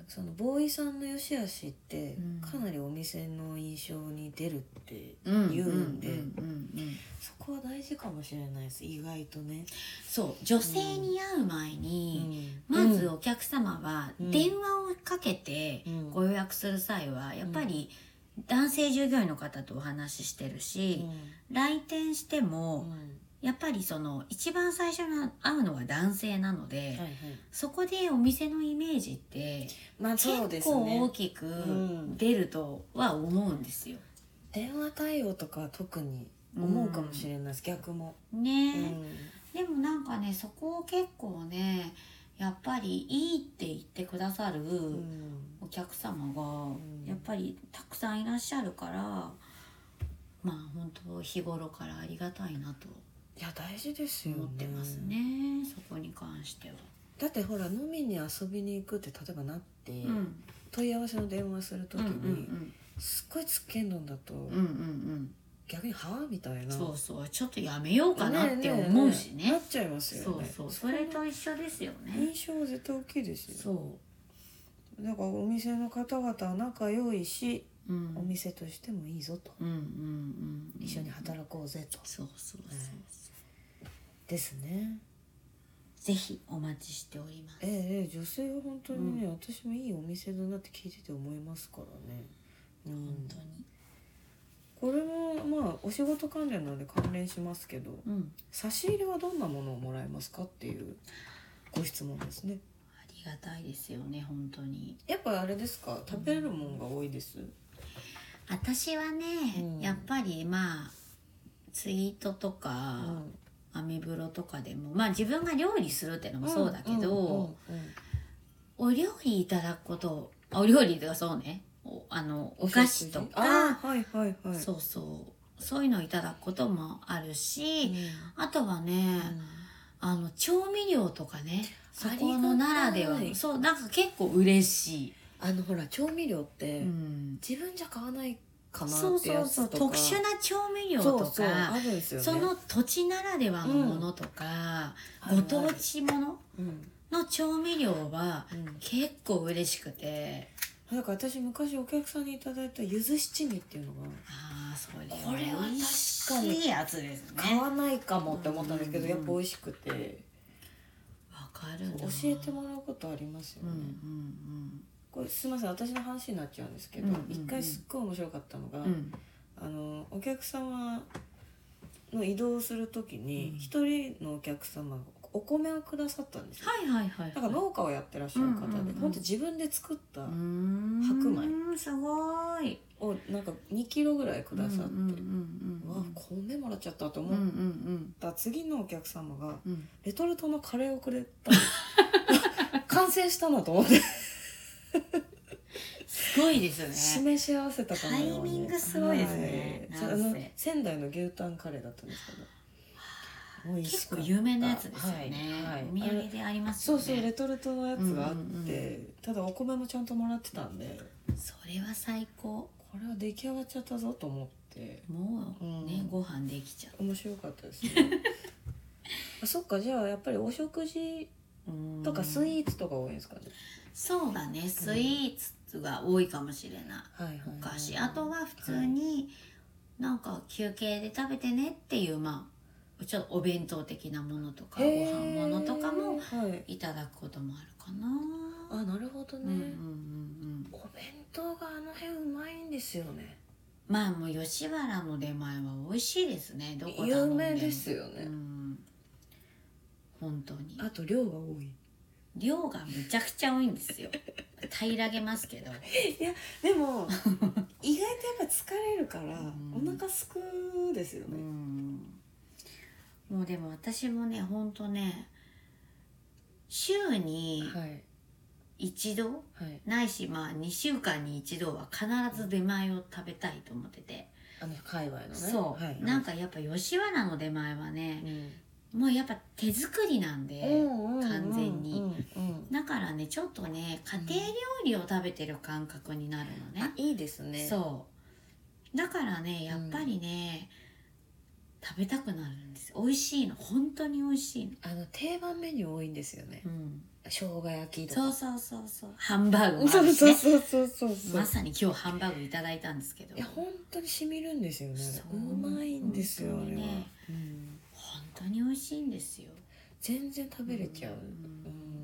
[SPEAKER 2] そのボーイさんの良し悪しってかなりお店の印象に出るって言うんで、そこは大事かもしれないです。意外とね。
[SPEAKER 1] そう女性に会う前に、うん、まずお客様は電話をかけてご予約する際はやっぱり男性従業員の方とお話ししてるし、うん、来店しても、うんやっぱりその一番最初に会うのは男性なので、はいはい、そこでお店のイメージって結構大きく出るとは思うんですよ。
[SPEAKER 2] 電話対応とかは特に思うかもしれないです、うん、逆も。
[SPEAKER 1] ね、うん、でもなんかねそこを結構ねやっぱりいいって言ってくださるお客様がやっぱりたくさんいらっしゃるから、まあ本当日頃からありがたいなと。
[SPEAKER 2] いや大事ですよね。
[SPEAKER 1] 思ってますねそこに関しては。
[SPEAKER 2] だってほら飲みに遊びに行くって例えばなって、うん、問い合わせの電話する時に、うんうんうん、すっごいつっけんどんだと、うんうんうん、逆にはみたいな
[SPEAKER 1] そうそうちょっとやめようかなって思うし ね, ね, ね, ね
[SPEAKER 2] なっちゃいますよね。
[SPEAKER 1] そうそうそれと一緒ですよね。
[SPEAKER 2] 印象は絶対大きいですよ。そうだからお店の方々は仲良いし、うん、お店としてもいいぞと、うんうんうん、一緒に働こうぜと。
[SPEAKER 1] そうそうそうそう、ね
[SPEAKER 2] ですね。
[SPEAKER 1] ぜひお待ちしております。
[SPEAKER 2] ええ女性は本当にね、うん、私もいいお店だなって聞いてて思いますからね、
[SPEAKER 1] うん、本当に
[SPEAKER 2] これもまあお仕事関連なので関連しますけど、うん、差し入れはどんなものをもらえますかっていうご質問ですね。
[SPEAKER 1] ありがたいですよね本当に。
[SPEAKER 2] やっぱあれですか食べるものが多いです、うん、
[SPEAKER 1] 私はね、うん、やっぱりまあツイートとか、うんアメブロとかでもまあ自分が料理するってのもそうだけど、うんうんうんうん、お料理いただくことお料理とかそうね お, あのお菓子とか、
[SPEAKER 2] はいはいはい、
[SPEAKER 1] そうそうそういうのいただくこともあるし、うん、あとはね、うん、あの調味料とかねそこのならではそうなんか結構嬉しい。
[SPEAKER 2] あのほら調味料って、うん、自分じゃ買わないかなってやつとか、そうそうそう
[SPEAKER 1] 特殊な調味料とか そうそうあるんですよね、その土地ならではのものとか、うん、ご当地ものの調味料は結構嬉しくて、
[SPEAKER 2] うん、だから私昔お客さんにいただいた柚子七味っていうのが
[SPEAKER 1] あそれ
[SPEAKER 2] これは確かに
[SPEAKER 1] いいやつですね。
[SPEAKER 2] 買わないかもって思ったんですけど、うん、やっぱ美味しくて
[SPEAKER 1] わかるな。
[SPEAKER 2] 教えてもらうことありますよね、うんうんうんこれすみません私の話になっちゃうんですけど、うんうんうん、一回すっごい面白かったのが、うん、あのお客様の移動する時に一、うん、人のお客様がお米をくださったんですよ。
[SPEAKER 1] はいはいはい、はい、
[SPEAKER 2] だから農家をやってらっしゃる方で、うんうんうん、ほんと自分で作った白米
[SPEAKER 1] すごい
[SPEAKER 2] をなんかにキロぐらいくださって、うんうんうんうん、わ米もらっちゃったと思った次のお客様が、うん、レトルトのカレーをくれた完成したなと思って
[SPEAKER 1] すごいですね。
[SPEAKER 2] 示し合わせたかのように
[SPEAKER 1] タイミングすごいですね、
[SPEAKER 2] はい、あの仙台の牛タンカレーだったんですけど
[SPEAKER 1] 結構有名なやつですよね、はいはい、お土産でありますよね。
[SPEAKER 2] そうそうレトルトのやつがあって、うんうんうん、ただお米もちゃんともらってたんで
[SPEAKER 1] それは最高。
[SPEAKER 2] これは出来上がっちゃったぞと思って
[SPEAKER 1] もうね、うん、ご飯できちゃう。
[SPEAKER 2] 面白かったですねあそっかじゃあやっぱりお食事とかスイーツとか多いんですかね。
[SPEAKER 1] そうだねスイーツが多いかもしれない、うんはいはいはい、お菓子あとは普通になんか休憩で食べてねっていうまあちょっとお弁当的なものとかご飯ものとかもいただくこともあるかな、
[SPEAKER 2] はい、あなるほどね、うんうんうんうん、お弁当があの辺うまいんですよね。
[SPEAKER 1] まあもう吉原の出前は美味しいですね。どこ頼んでも
[SPEAKER 2] 有名ですよね、うん、
[SPEAKER 1] 本当に。
[SPEAKER 2] あと量が多い。
[SPEAKER 1] 量がめちゃくちゃ多いんですよ平らげますけど
[SPEAKER 2] いやでも意外とやっぱ疲れるから、うん、お腹すくですよね、うん、
[SPEAKER 1] もうでも私もねほんとね週に一度、はい、ないしまあにしゅうかんに一度は必ず出前を食べたいと思ってて、
[SPEAKER 2] あの界隈のね
[SPEAKER 1] そう、はいはい、なんかやっぱ吉原の出前はね、うんもうやっぱ手作りなんで、うんうん、完全に、うんうん、だからねちょっとね家庭料理を食べてる感覚になるのね、
[SPEAKER 2] うん、いいですね。
[SPEAKER 1] そうだからねやっぱりね、うん、食べたくなるんですよ。美味しいの本当に美味しいの。
[SPEAKER 2] あの定番メニュー多いんですよね、うん、生姜焼きとか
[SPEAKER 1] そうそうそうそうハンバーグもあるしね。
[SPEAKER 2] そうそうそうそう
[SPEAKER 1] まさに今日ハンバーグいただいたんですけど
[SPEAKER 2] いや本当に染みるんですよね。うまいんですよね、あれは、うん、
[SPEAKER 1] 本当に美味しいんですよ。
[SPEAKER 2] 全然食べれちゃう、うんうん、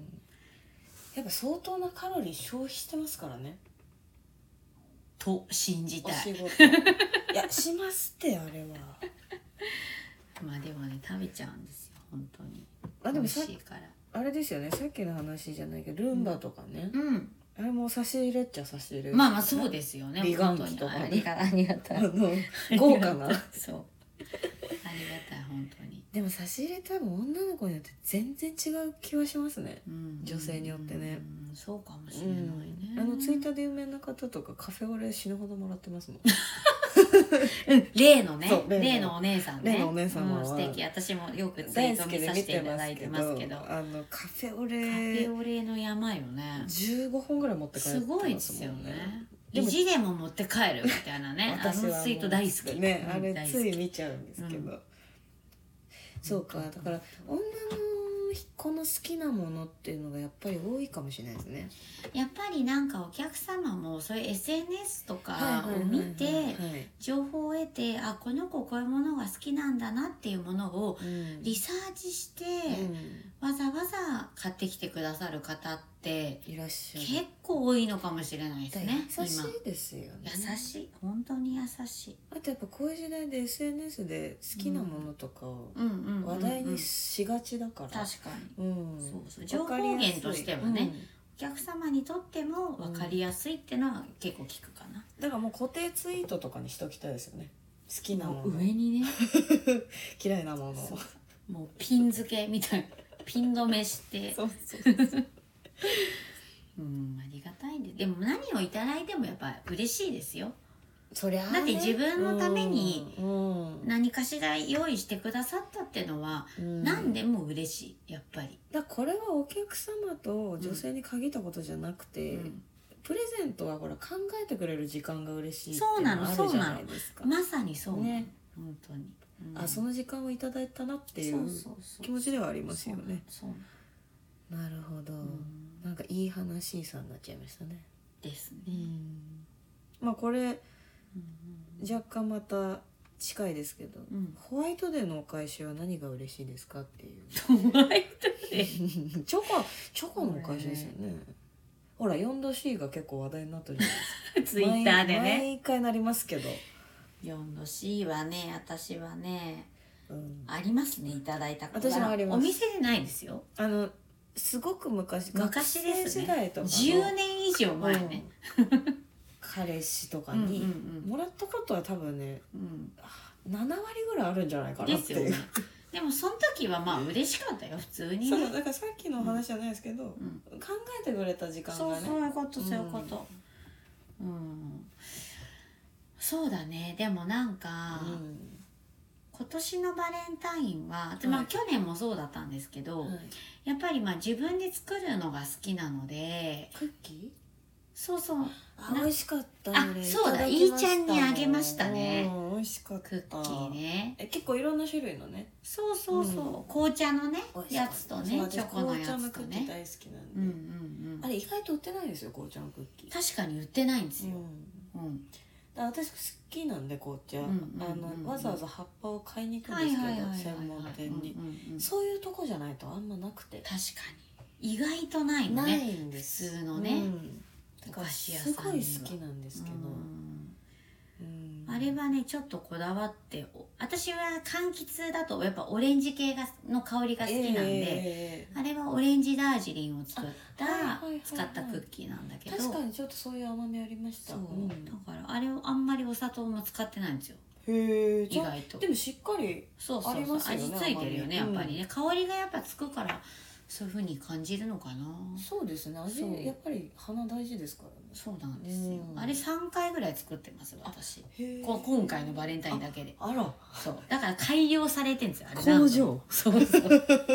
[SPEAKER 2] やっぱ相当なカロリー消費してますからね
[SPEAKER 1] と信じたい。
[SPEAKER 2] お仕事いやしますってあれは
[SPEAKER 1] まあでもね食べちゃうんですよ本当に。
[SPEAKER 2] あでもさ美味しいからあれですよねさっきの話じゃないけどルンバとかね、うん、あれも差し入れっちゃ差し入れ、ね、
[SPEAKER 1] まあまあそうですよね。
[SPEAKER 2] 美顔器とか、ね、
[SPEAKER 1] ありがありがたいあの
[SPEAKER 2] 豪華な
[SPEAKER 1] そうありがたい本当に。
[SPEAKER 2] でも差し入れ多分女の子によって全然違う気はしますね、うん、女性によってね、
[SPEAKER 1] うん、そうかもしれないね、
[SPEAKER 2] うん、あのツイッターで有名な方とかカフェオレ死ぬほどもらってますもん
[SPEAKER 1] 例のね例のお姉さんね
[SPEAKER 2] 例のお姉様は、うん、
[SPEAKER 1] 素敵。私もよくツイート見させていただいてますけど
[SPEAKER 2] あのカフェオレ
[SPEAKER 1] カフェオレの山よね。
[SPEAKER 2] じゅうごほんぐらい持って帰ってますもんね。すごいですよね。
[SPEAKER 1] 意地でも持って帰るみたいなねあのツイート大好き
[SPEAKER 2] ね、あれつい見ちゃうんですけど、うん、そうかだから女の子の好きなものっていうのがやっぱり多いかもしれないですね。
[SPEAKER 1] やっぱりなんかお客様もそういう エスエヌエス とかを見て情報を得てあこの子こういうものが好きなんだなっていうものをリサーチして、うん、わざわざ買ってきてくださる方って
[SPEAKER 2] いらっしゃる
[SPEAKER 1] 結構多いのかもしれないですね。
[SPEAKER 2] 優しいですよね。
[SPEAKER 1] 優しい本当に優しい。
[SPEAKER 2] あとやっぱこういう時代で エスエヌエス で好きなものとかを話題にしがちだから、
[SPEAKER 1] 確かに、うん、そうそう情報源としてはね、うん、お客様にとっても分かりやすいっていうのは結構聞くかな、
[SPEAKER 2] うん、だからもう固定ツイートとかにしときたいですよね。好きなもの
[SPEAKER 1] 上にね
[SPEAKER 2] 嫌いなものを
[SPEAKER 1] もうピン付けみたいなピン止めして
[SPEAKER 2] そうそうそう
[SPEAKER 1] うんありがたいんで。でも何をいただいてもやっぱ嬉しいですよ。
[SPEAKER 2] そりゃあね、
[SPEAKER 1] だって自分のために何かしら用意してくださったってのは何でも嬉しいやっぱり。
[SPEAKER 2] だこれはお客様と女性に限ったことじゃなくて、うん、プレゼントはほら考えてくれる時間が嬉しいっていうのがあるじゃないですか。
[SPEAKER 1] まさにそうね本当に、
[SPEAKER 2] うん、あその時間をいただいたなっていう気持ちではありますよね。
[SPEAKER 1] そう
[SPEAKER 2] なるほど、うん、なんかいい話さんになっちゃいましたね。
[SPEAKER 1] ですね、
[SPEAKER 2] うん、まあこれ若干また近いですけど、うん、ホワイトデーのお返しは何が嬉しいですかっていう
[SPEAKER 1] ホワイトデー
[SPEAKER 2] チョコチョコのお返しですよね。ほら フォーシー が結構話題になってるじゃないですか
[SPEAKER 1] ツイッターでね
[SPEAKER 2] 毎回なりますけど
[SPEAKER 1] フォーシー はね私はね、うん、ありますねいただいたこと
[SPEAKER 2] 私もあります。
[SPEAKER 1] お店でないですよ。
[SPEAKER 2] あのすごく昔
[SPEAKER 1] 昔ですね。
[SPEAKER 2] 学生時代とか
[SPEAKER 1] じゅうねん以上前ね、
[SPEAKER 2] うん彼氏とかにもらったことは多分ね、うん、ななわりぐらいあるんじゃないかなっていう。
[SPEAKER 1] ですよね。でもその時はまあ嬉しかったよ普通に、
[SPEAKER 2] ね、そうだからさっきの話じゃないですけど、うん、考えてくれた時間がね。
[SPEAKER 1] そうそういうことそういうこと、うんうん、そうだね。でもなんか、うん、 今年のバレンタインは、まあ、去年もそうだったんですけど、はい、やっぱりまあ自分で作るのが好きなので。
[SPEAKER 2] クッキー？
[SPEAKER 1] そうそう。
[SPEAKER 2] あ、美味しかった。
[SPEAKER 1] あ、そうだ、いいちゃんにあげましたね。
[SPEAKER 2] 美味しかった。
[SPEAKER 1] クッキーね。
[SPEAKER 2] え、結構いろんな種類のね。
[SPEAKER 1] そうそうそう。うん、紅茶のね、やつとね、チョコのやつとね。紅茶のクッキー
[SPEAKER 2] 大好きなんで。うんうんうん。あれ意外と売ってないですよ、紅茶のクッキー。
[SPEAKER 1] 確かに売ってないんですよ。うん。うん、
[SPEAKER 2] だ私好きなんで紅茶、うんうんうんうん、あのわざわざ葉っぱを買いに行くんですけど、専門店に、うんうんうん、そういうとこじゃないとあんまなくて。
[SPEAKER 1] 確かに意外とないのね。
[SPEAKER 2] ないんです。
[SPEAKER 1] 普通のね。うん
[SPEAKER 2] だからすごい好きなんですけど、うん
[SPEAKER 1] うん、あれはねちょっとこだわって、私は柑橘だとやっぱオレンジ系がの香りが好きなんで、えー、あれはオレンジダージリンを作った、はいはいはいはい、使ったクッキーなんだけど、
[SPEAKER 2] 確かにちょっとそういう甘みありました。そう、
[SPEAKER 1] うん、だからあれをあんまりお砂糖も使ってないんですよ。
[SPEAKER 2] へえ。
[SPEAKER 1] 意外と
[SPEAKER 2] でもしっかりありますよね。
[SPEAKER 1] そうそうそう、味ついてるよねやっぱりね、うん、香りがやっぱつくからそういう風に感じるのかな。
[SPEAKER 2] そうですね、味やっぱり花大事ですからね。
[SPEAKER 1] そうなんですよ、うん、あれさんかいぐらい作ってます私。こ今回のバレンタインだけで。
[SPEAKER 2] あら、
[SPEAKER 1] そうだから改良されてんですよあれ。
[SPEAKER 2] 工場。
[SPEAKER 1] そうそうそう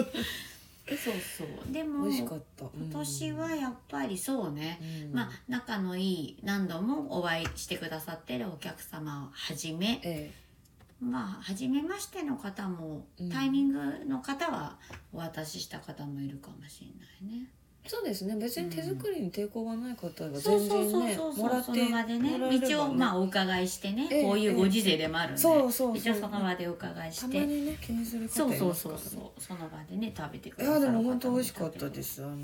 [SPEAKER 1] そうでも
[SPEAKER 2] 美味しかった、うん、
[SPEAKER 1] 今年はやっぱりそうね、うん、まあ仲のいい何度もお会いしてくださってるお客様をはじめ、ええ、まあ初めましての方も、うん、タイミングの方はお渡しした方もいるかもしれないね。
[SPEAKER 2] そうですね、別に手作りに抵抗がない方が全然ねもらって
[SPEAKER 1] その場でね、ね一応まあお伺いしてね、えー、こういうご時世でもあるんで、えー、そうそうそう一応その場でお伺いして、
[SPEAKER 2] たまにね気にする方いますからね。そうそうそうそう、
[SPEAKER 1] その場でね食べてくださる方も。
[SPEAKER 2] いやでも本当美味しかったです。あの、うん、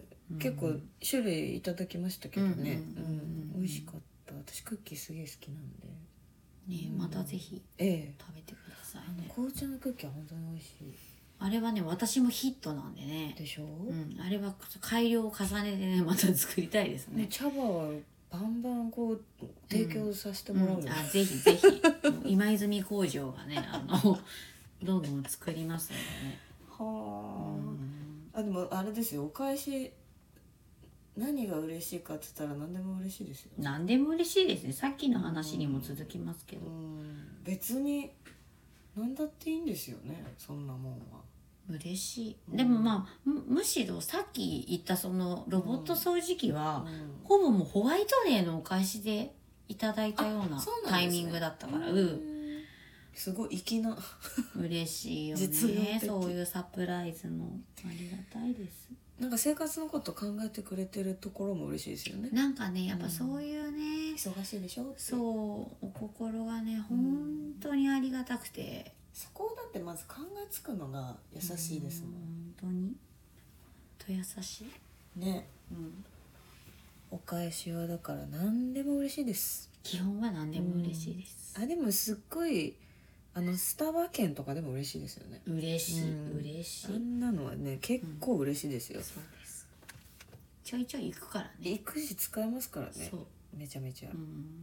[SPEAKER 2] 結構種類いただきましたけどね、美味しかった。私クッキーすげえ好きなんで
[SPEAKER 1] ね、またぜひ食べてくださいね、
[SPEAKER 2] えー、紅茶のクッキーは本当に美味しい。
[SPEAKER 1] あれはね私もヒットなんでね。
[SPEAKER 2] でしょ、
[SPEAKER 1] うん、あれは改良を重ねてねまた作りたいですね。
[SPEAKER 2] 茶葉はバンバンこう提供させてもらう、うん
[SPEAKER 1] うん、あぜひぜひ今泉工場がねあのどんどん作りますのでね。
[SPEAKER 2] はあ、うん、あでもあれですよ、お返し何が嬉しいかって言ったら何でも嬉しいですよ。
[SPEAKER 1] 何でも嬉しいですね。さっきの話にも続きますけど、うん
[SPEAKER 2] うん、別に何だっていいんですよね、そんなもんは。
[SPEAKER 1] 嬉しい、うん、でもまあ む, むしろさっき言ったそのロボット掃除機は、うんうん、ほぼもうホワイトデーのお返しでいただいたようなタイミングだったから、うん、
[SPEAKER 2] すごい粋な
[SPEAKER 1] 嬉しいよねそういうサプライズのありがたいです。
[SPEAKER 2] なんか生活のこと考えてくれてるところも嬉しいですよね。
[SPEAKER 1] なんかねやっぱそういうね、
[SPEAKER 2] うん、忙しいでしょ、
[SPEAKER 1] そうお心がね本当にありがたくて、
[SPEAKER 2] そこをだってまず考えつくのが優しいですもん。
[SPEAKER 1] 本当にと優しい
[SPEAKER 2] ね、うん、お返しはだから何でも嬉しいです。
[SPEAKER 1] 基本は何でも嬉しいです、
[SPEAKER 2] うん、あでもすっごいあのスタバ券とかでも嬉しいですよね。
[SPEAKER 1] 嬉しい、うん、嬉しい。
[SPEAKER 2] あんなのはね結構嬉しいですよ、うん、
[SPEAKER 1] そうです。ちょいちょい行くからね。
[SPEAKER 2] 行くし使えますからね。
[SPEAKER 1] そう
[SPEAKER 2] めちゃめちゃ、うん、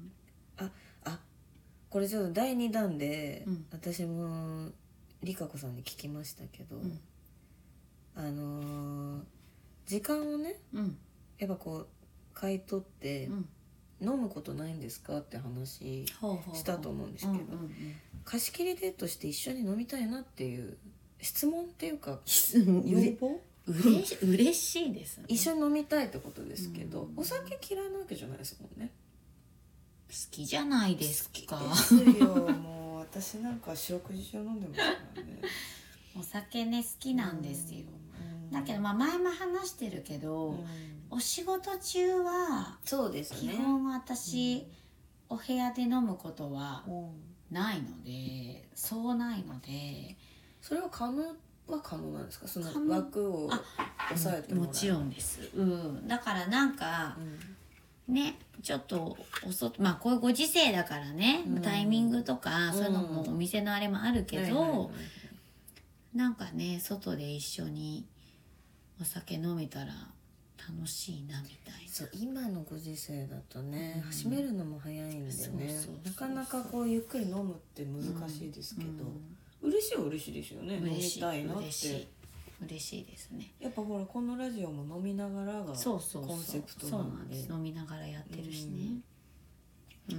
[SPEAKER 2] ああこれちょっとだいにだんで、うん、私もりかこさんに聞きましたけど、うん、あのー、時間をね、うん、やっぱこう買い取って、うん、飲むことないんですかって話したと思うんですけど、貸し切りデートして一緒に飲みたいなっていう質問っていうか要望
[SPEAKER 1] うれし嬉しいですね。
[SPEAKER 2] 一緒に飲みたいってことですけど、うん、お酒嫌いなわけじゃないですもんね。
[SPEAKER 1] 好きじゃないですか。
[SPEAKER 2] 好きですよもう私なんか四六時中飲んでますからね
[SPEAKER 1] お酒ね好きなんですよ、うん、だけどまあ前も話してるけど、うん、お仕事中は
[SPEAKER 2] そうですね、
[SPEAKER 1] 基本私、うん、お部屋で飲むことはないので、そうないので。
[SPEAKER 2] それは可能は可能なんですか、その枠を抑えてもらう。
[SPEAKER 1] もちろんです、うん、だからなんか、うん、ねちょっとおそまあこういうご時世だからね、うん、タイミングとか、うん、そういうのもお店のあれもあるけど、うん、なんかね外で一緒にお酒飲めたら楽しいなみたいな。
[SPEAKER 2] そう今のご時世だとね、うん、閉めるのも早いんでね、なかなかこうゆっくり飲むって難しいですけど、うんうん、嬉しいは嬉しいですよね。飲みたいなって嬉しい
[SPEAKER 1] 嬉しいですね。
[SPEAKER 2] やっぱほらこのラジオも飲みながらがコンセプトなんで、
[SPEAKER 1] そうそうそうそうなんです。飲みながらやってるしね、うんうん、
[SPEAKER 2] お酒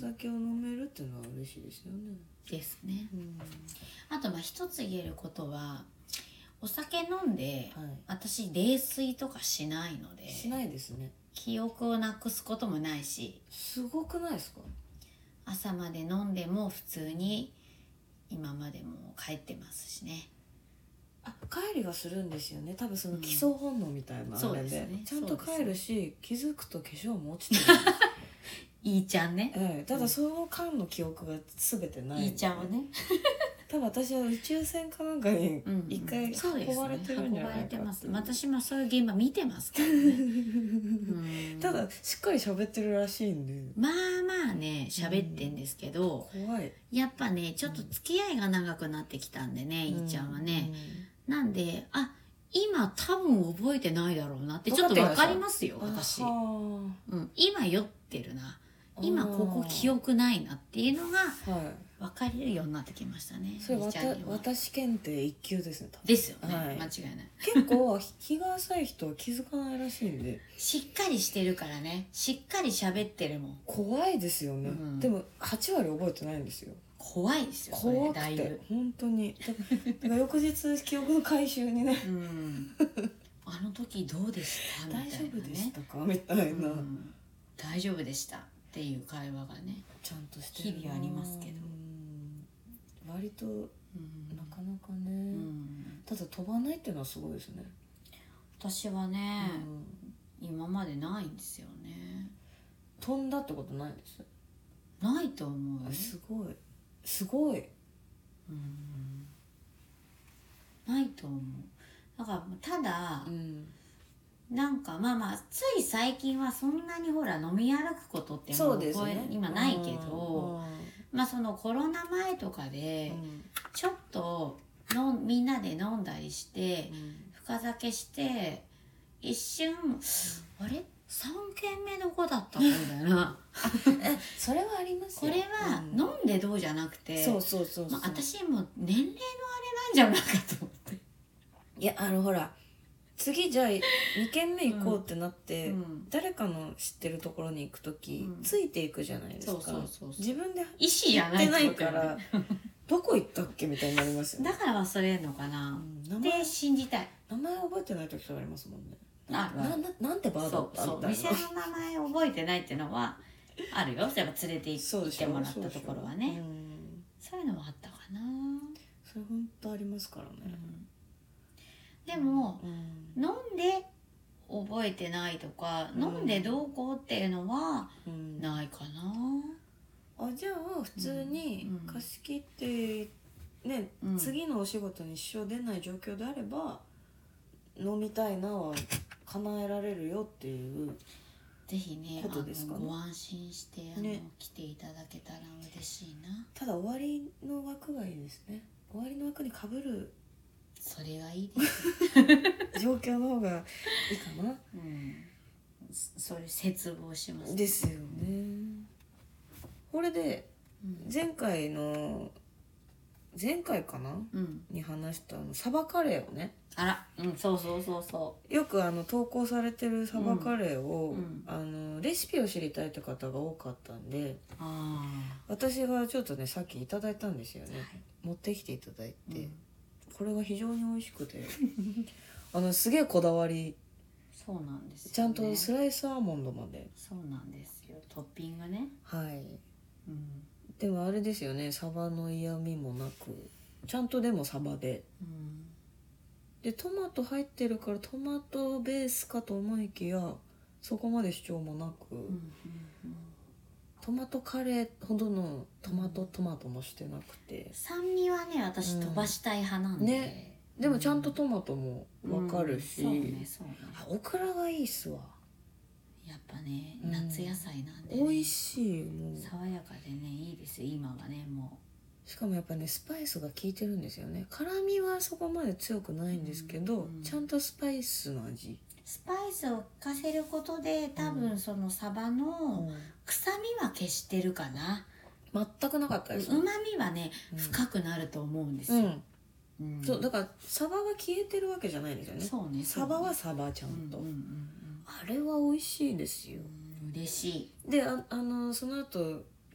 [SPEAKER 2] 酒を飲めるっていうのは嬉しいですよね。
[SPEAKER 1] ですね、
[SPEAKER 2] うん、
[SPEAKER 1] あとまあ一つ言えることはお酒飲んで、
[SPEAKER 2] はい、
[SPEAKER 1] 私泥酔とかしないので。
[SPEAKER 2] しないですね。
[SPEAKER 1] 記憶をなくすこともないし、
[SPEAKER 2] すごくないですか？
[SPEAKER 1] 朝まで飲んでも普通に今までも帰ってますしね。
[SPEAKER 2] あ、帰りがするんですよね。多分その基礎本能みたいなあれ で,、うん、でね、ちゃんと帰るし、気づくと化粧も落ちてる
[SPEAKER 1] いいちゃんね、
[SPEAKER 2] ええ、ただその間の記憶が全てない、
[SPEAKER 1] ね、いいちゃんはね
[SPEAKER 2] 多分私は宇宙船かなんかに一回運ばれてるんじゃないか、うんうん、
[SPEAKER 1] 運ばれてます。私もそういう現場見てますからねうん、
[SPEAKER 2] ただしっかり喋ってるらしいんで、
[SPEAKER 1] まあまあね喋ってんですけど、
[SPEAKER 2] うん、怖い。
[SPEAKER 1] やっぱねちょっと付き合いが長くなってきたんでね、うん、いいちゃんはね、うん、なんであ今多分覚えてないだろうなってちょっと分かりますよ私、うん、今酔ってるな、今ここ記憶ないなっていうのが分かれるようになってきましたね。
[SPEAKER 2] それわた私検定一級ですね。
[SPEAKER 1] ですよね、はい、間違いない。
[SPEAKER 2] 結構日が浅い人は気づかないらしいんで
[SPEAKER 1] しっかりしてるからね、しっかり喋ってるもん。
[SPEAKER 2] 怖いですよね、うん、でもはち割覚えてないんですよ。
[SPEAKER 1] 怖いですよ。
[SPEAKER 2] 怖くて本当にだから翌日記憶の回収にね、うん、
[SPEAKER 1] あの時どうでしたみたいな、ね、
[SPEAKER 2] 大丈夫でしたかみたいな、うん、
[SPEAKER 1] 大丈夫でしたっていう会話がね
[SPEAKER 2] ちゃんとしてる
[SPEAKER 1] 日々ありますけど、
[SPEAKER 2] うん、割と、うん、なかなかね、うん、ただ飛ばないっていうのはすごいですね。
[SPEAKER 1] 私はね、うん、今までないんですよね。
[SPEAKER 2] 飛んだってことないです。
[SPEAKER 1] ないと思う。
[SPEAKER 2] すごいすごい、
[SPEAKER 1] うん、ないと思う。だからただ、うん、なんかまあまあつい最近はそんなにほら飲み歩くことってもうこれ、ね、今ないけど、うん、まあそのコロナ前とかでちょっとのみんなで飲んだりして、うん、深酒して一瞬、うん、あれさんけんめどこだったみたいな
[SPEAKER 2] それはありますよ。
[SPEAKER 1] これは飲んでどうじゃなくて、
[SPEAKER 2] そうそうそうそう、
[SPEAKER 1] まあ、私も年齢のあれなんじゃないかと思って。
[SPEAKER 2] いやあのほら次じゃあにけんめ行こうってなって、うん、誰かの知ってるところに行くとき、うん、ついていくじゃないですか。そうそうそうそう、自分で
[SPEAKER 1] 意思じゃない
[SPEAKER 2] ないからどこ行ったっけみたいになりますよね。
[SPEAKER 1] だから忘れるのかな、うん、で信じたい。
[SPEAKER 2] 名前覚えてない時とかありますもんね。
[SPEAKER 1] あ
[SPEAKER 2] なななんてバーだった
[SPEAKER 1] そうそう、店の名前覚えてないっていうのはあるよ。やっぱ連れて行ってもらったところはね、そう、そういうのはあったかな。
[SPEAKER 2] それ本当ありますからね、
[SPEAKER 1] うん、でも、うん、飲んで覚えてないとか、うん、飲んでどうこうっていうのはないかな、
[SPEAKER 2] うん、あじゃあ普通に貸し切ってね、うん、次のお仕事に支障出ない状況であれば飲みたいなは叶えられるよっていう
[SPEAKER 1] ぜひね、
[SPEAKER 2] ことですかね。
[SPEAKER 1] ご安心してあの、ね、来ていただけたら嬉しいな。
[SPEAKER 2] ただ終わりの枠がいいですね。終わりの枠に被る
[SPEAKER 1] それがいいです
[SPEAKER 2] 状況の方がいいかな、
[SPEAKER 1] うん、それ切望します、ね、
[SPEAKER 2] ですよね。これで前回の前回かな、うん、に話したあのサバカレーをね、
[SPEAKER 1] あら、うん、そうそうそうそう、
[SPEAKER 2] よくあの投稿されてるサバカレーを、うん、あのレシピを知りたいって方が多かったんで、あ私がちょっとねさっきいただいたんですよね、はい、持ってきていただいて、うん、これが非常に美味しくてあのすげえこだわり、
[SPEAKER 1] そうなんですよね、
[SPEAKER 2] ちゃんとスライスアーモンドまで、
[SPEAKER 1] そうなんですよ、トッピングね、
[SPEAKER 2] はい、うん、でもあれですよね、サバの嫌味もなくちゃんとでもサバで、うん、でトマト入ってるからトマトベースかと思いきやそこまで主張もなく、うんうんうん、トマトカレーほどのトマトトマトもしてなくて、
[SPEAKER 1] 酸味はね私飛ばしたい派なんで、うんね、
[SPEAKER 2] でもちゃんとトマトも分かるし、うんうん、そうねそうね、オクラがいいっすわ。
[SPEAKER 1] やっぱね、うん、夏野菜なんで、
[SPEAKER 2] ね、美味しい、もう
[SPEAKER 1] 爽やかでねいいですよ今はね。も
[SPEAKER 2] うしかもやっぱねスパイスが効いてるんですよね。辛みはそこまで強くないんですけど、うんうん、ちゃんとスパイスの味、
[SPEAKER 1] スパイスを効かせることで多分そのサバの臭みは消してるかな、
[SPEAKER 2] うん、全くなかったです。
[SPEAKER 1] うまみはね、うん、深くなると思うんですよ、うん
[SPEAKER 2] うん、そうだからサバが消えてるわけじゃないんですよね。
[SPEAKER 1] そうね、そうね、
[SPEAKER 2] サバはサバちゃんと、うんうんうんうん、あれは美味しいですよ、
[SPEAKER 1] うん、嬉しい。
[SPEAKER 2] で あ, あのその後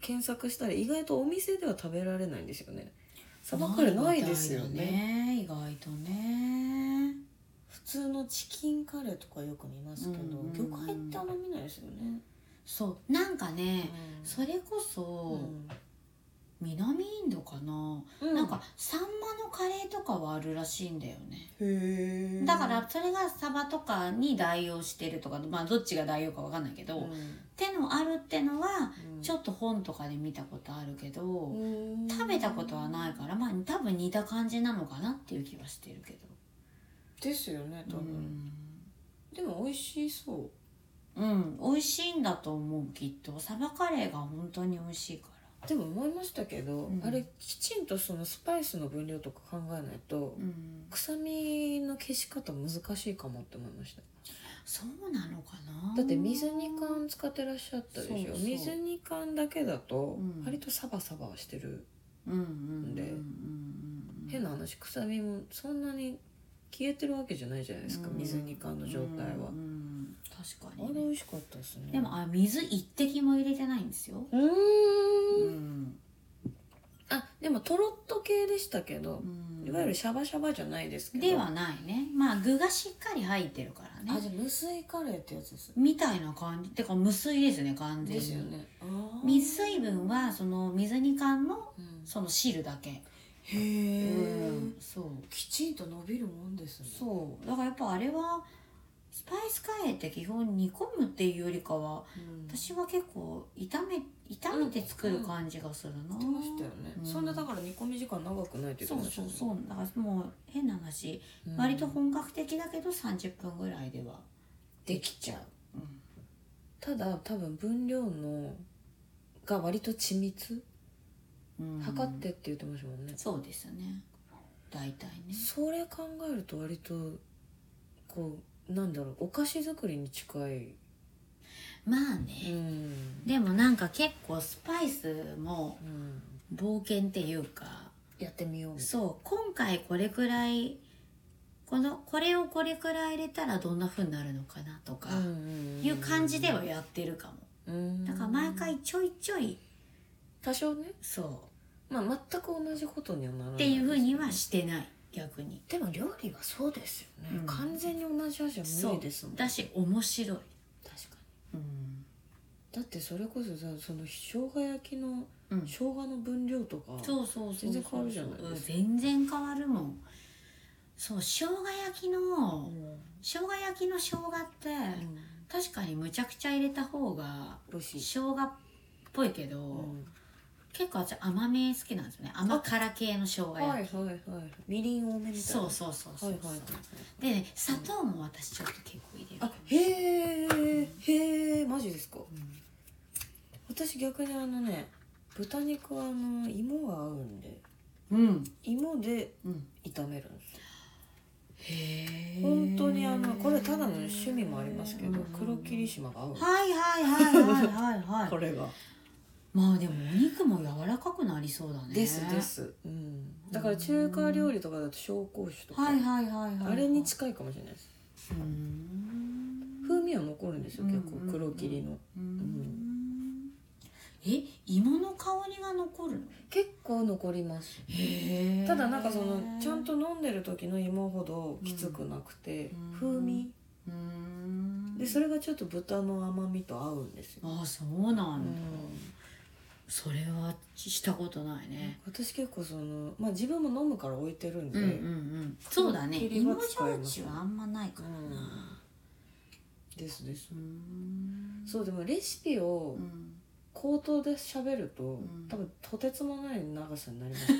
[SPEAKER 2] 検索したら意外とお店では食べられないんですよね。サバカレーないですよね。
[SPEAKER 1] 意外とね。
[SPEAKER 2] 普通のチキンカレーとかよく見ますけど、うんうんうん、魚介ってあんま見ないですよね。
[SPEAKER 1] そうなんかね、うん、それこそ、うん、南インドかな、うん、なんかサンマのカレーとかはあるらしいんだよね。へー。だからそれがサバとかに代用してるとか、まあどっちが代用かわかんないけど、うん、ってのあるってのはちょっと本とかで見たことあるけど、うん、食べたことはないから、まあ多分似た感じなのかなっていう気はしてるけど。
[SPEAKER 2] ですよね多分、うん、でも美味しそう。
[SPEAKER 1] うん美味しいんだと思う。きっとサバカレーが本当に美味しいから。
[SPEAKER 2] でも思いましたけど、うん、あれきちんとそのスパイスの分量とか考えないと、うん、臭みの消し方難しいかもって思いました。
[SPEAKER 1] そうなのかな。
[SPEAKER 2] だって水煮缶使ってらっしゃったでしょ。そうそう、水煮缶だけだと割とサバサバしてるんで、変な話臭みもそんなに消えてるわけじゃないじゃないですか、うん、水煮缶の状態は、うんうん、
[SPEAKER 1] 確かに、ね、
[SPEAKER 2] あれ美味しかったですね。
[SPEAKER 1] でもあ水一滴も入れてないんですよ。うーん、
[SPEAKER 2] うん、あでもトロッと系でしたけど、うん、いわゆるシャバシャバじゃないですけど
[SPEAKER 1] ではないね。まあ具がしっかり入ってるからね。
[SPEAKER 2] あじゃあ無水カレーってやつです
[SPEAKER 1] みたいな感じ。てか無水ですね完全に。
[SPEAKER 2] ですよね。
[SPEAKER 1] 水水分はその水煮缶のその汁だけ。
[SPEAKER 2] へえ、
[SPEAKER 1] うん、そう
[SPEAKER 2] きちんと伸びるもんですね。
[SPEAKER 1] そうだからやっぱあれはスパイスカレーって基本煮込むっていうよりかは、うん、私は結構炒め炒めて作る感じがするな。
[SPEAKER 2] 言ってましたよね、うん、そんなだから煮込み時間長くないって言ってましたね。
[SPEAKER 1] そうそうそうだからもう変な話、うん、割と本格的だけどさんじゅっぷんぐらいではできちゃう、うん、
[SPEAKER 2] ただ多分分量のが割と緻密、測ってって言ってましたもんね。
[SPEAKER 1] そうですね大体ね。
[SPEAKER 2] それ考えると割とこうなんだろうお菓子作りに近い。
[SPEAKER 1] まあね、うん、でもなんか結構スパイスも冒険っていうか、
[SPEAKER 2] うん、やってみようみたいな。
[SPEAKER 1] そう今回これくらいこのこれをこれくらい入れたらどんな風になるのかなとかいう感じではやってるかも。うん、だから毎回ちょいちょい
[SPEAKER 2] 多少ね。
[SPEAKER 1] そう
[SPEAKER 2] まあ全く同じことにはならない、ね、
[SPEAKER 1] っていう風にはしてない逆に。
[SPEAKER 2] でも料理はそうですよね、うん、完全に同じ味は無理ですもん。
[SPEAKER 1] だし面白い。
[SPEAKER 2] 確かに、うん、だってそれこそさその生姜焼きの、うん、生姜の分量とか全然変わるじゃないですか。
[SPEAKER 1] 全然変わるもん。そう生姜焼きの、うん、生姜焼きの生姜って、うん、確かにむちゃくちゃ入れた方が生姜っぽいけど、うん、結構私甘め好きなんですよね。甘辛系の生姜焼き。はい
[SPEAKER 2] はいはい。みりん多めみたいな。
[SPEAKER 1] そうそうそうそう。はいはいはい、でね砂糖も私ちょっと結構入れる。
[SPEAKER 2] あへえへえマジですか、うん、私逆にあのね豚肉はあの芋が合うんで、うん、芋で炒めるんですよ。へえ本当にあのこれただの趣味もありますけど黒霧島が合うんです。
[SPEAKER 1] はいはいはいはいはいはい
[SPEAKER 2] これが
[SPEAKER 1] まあでもお肉も柔らかくなりそうだね。
[SPEAKER 2] ですです、うん、だから中華料理とかだと紹興酒とか、
[SPEAKER 1] はいはいはいはい、
[SPEAKER 2] あれに近いかもしれないです。うーん風味は残るんですよ結構黒霧の。うんうんうん
[SPEAKER 1] え芋の香りが残るの？
[SPEAKER 2] 結構残ります。へただなんかそのちゃんと飲んでる時の芋ほどきつくなくて、うん、風味うんでそれがちょっと豚の甘みと合うんですよ。
[SPEAKER 1] ああそうなんだ、うん、それはしたことないね。
[SPEAKER 2] 私結構そのまあ自分も飲むから置いてるんで、うんうんうん、
[SPEAKER 1] そうだね芋焼酎はあんまないからな、うん、
[SPEAKER 2] ですです。うんそうでもレシピを、うん口頭で喋ると、うん、多分とてつもない長さになります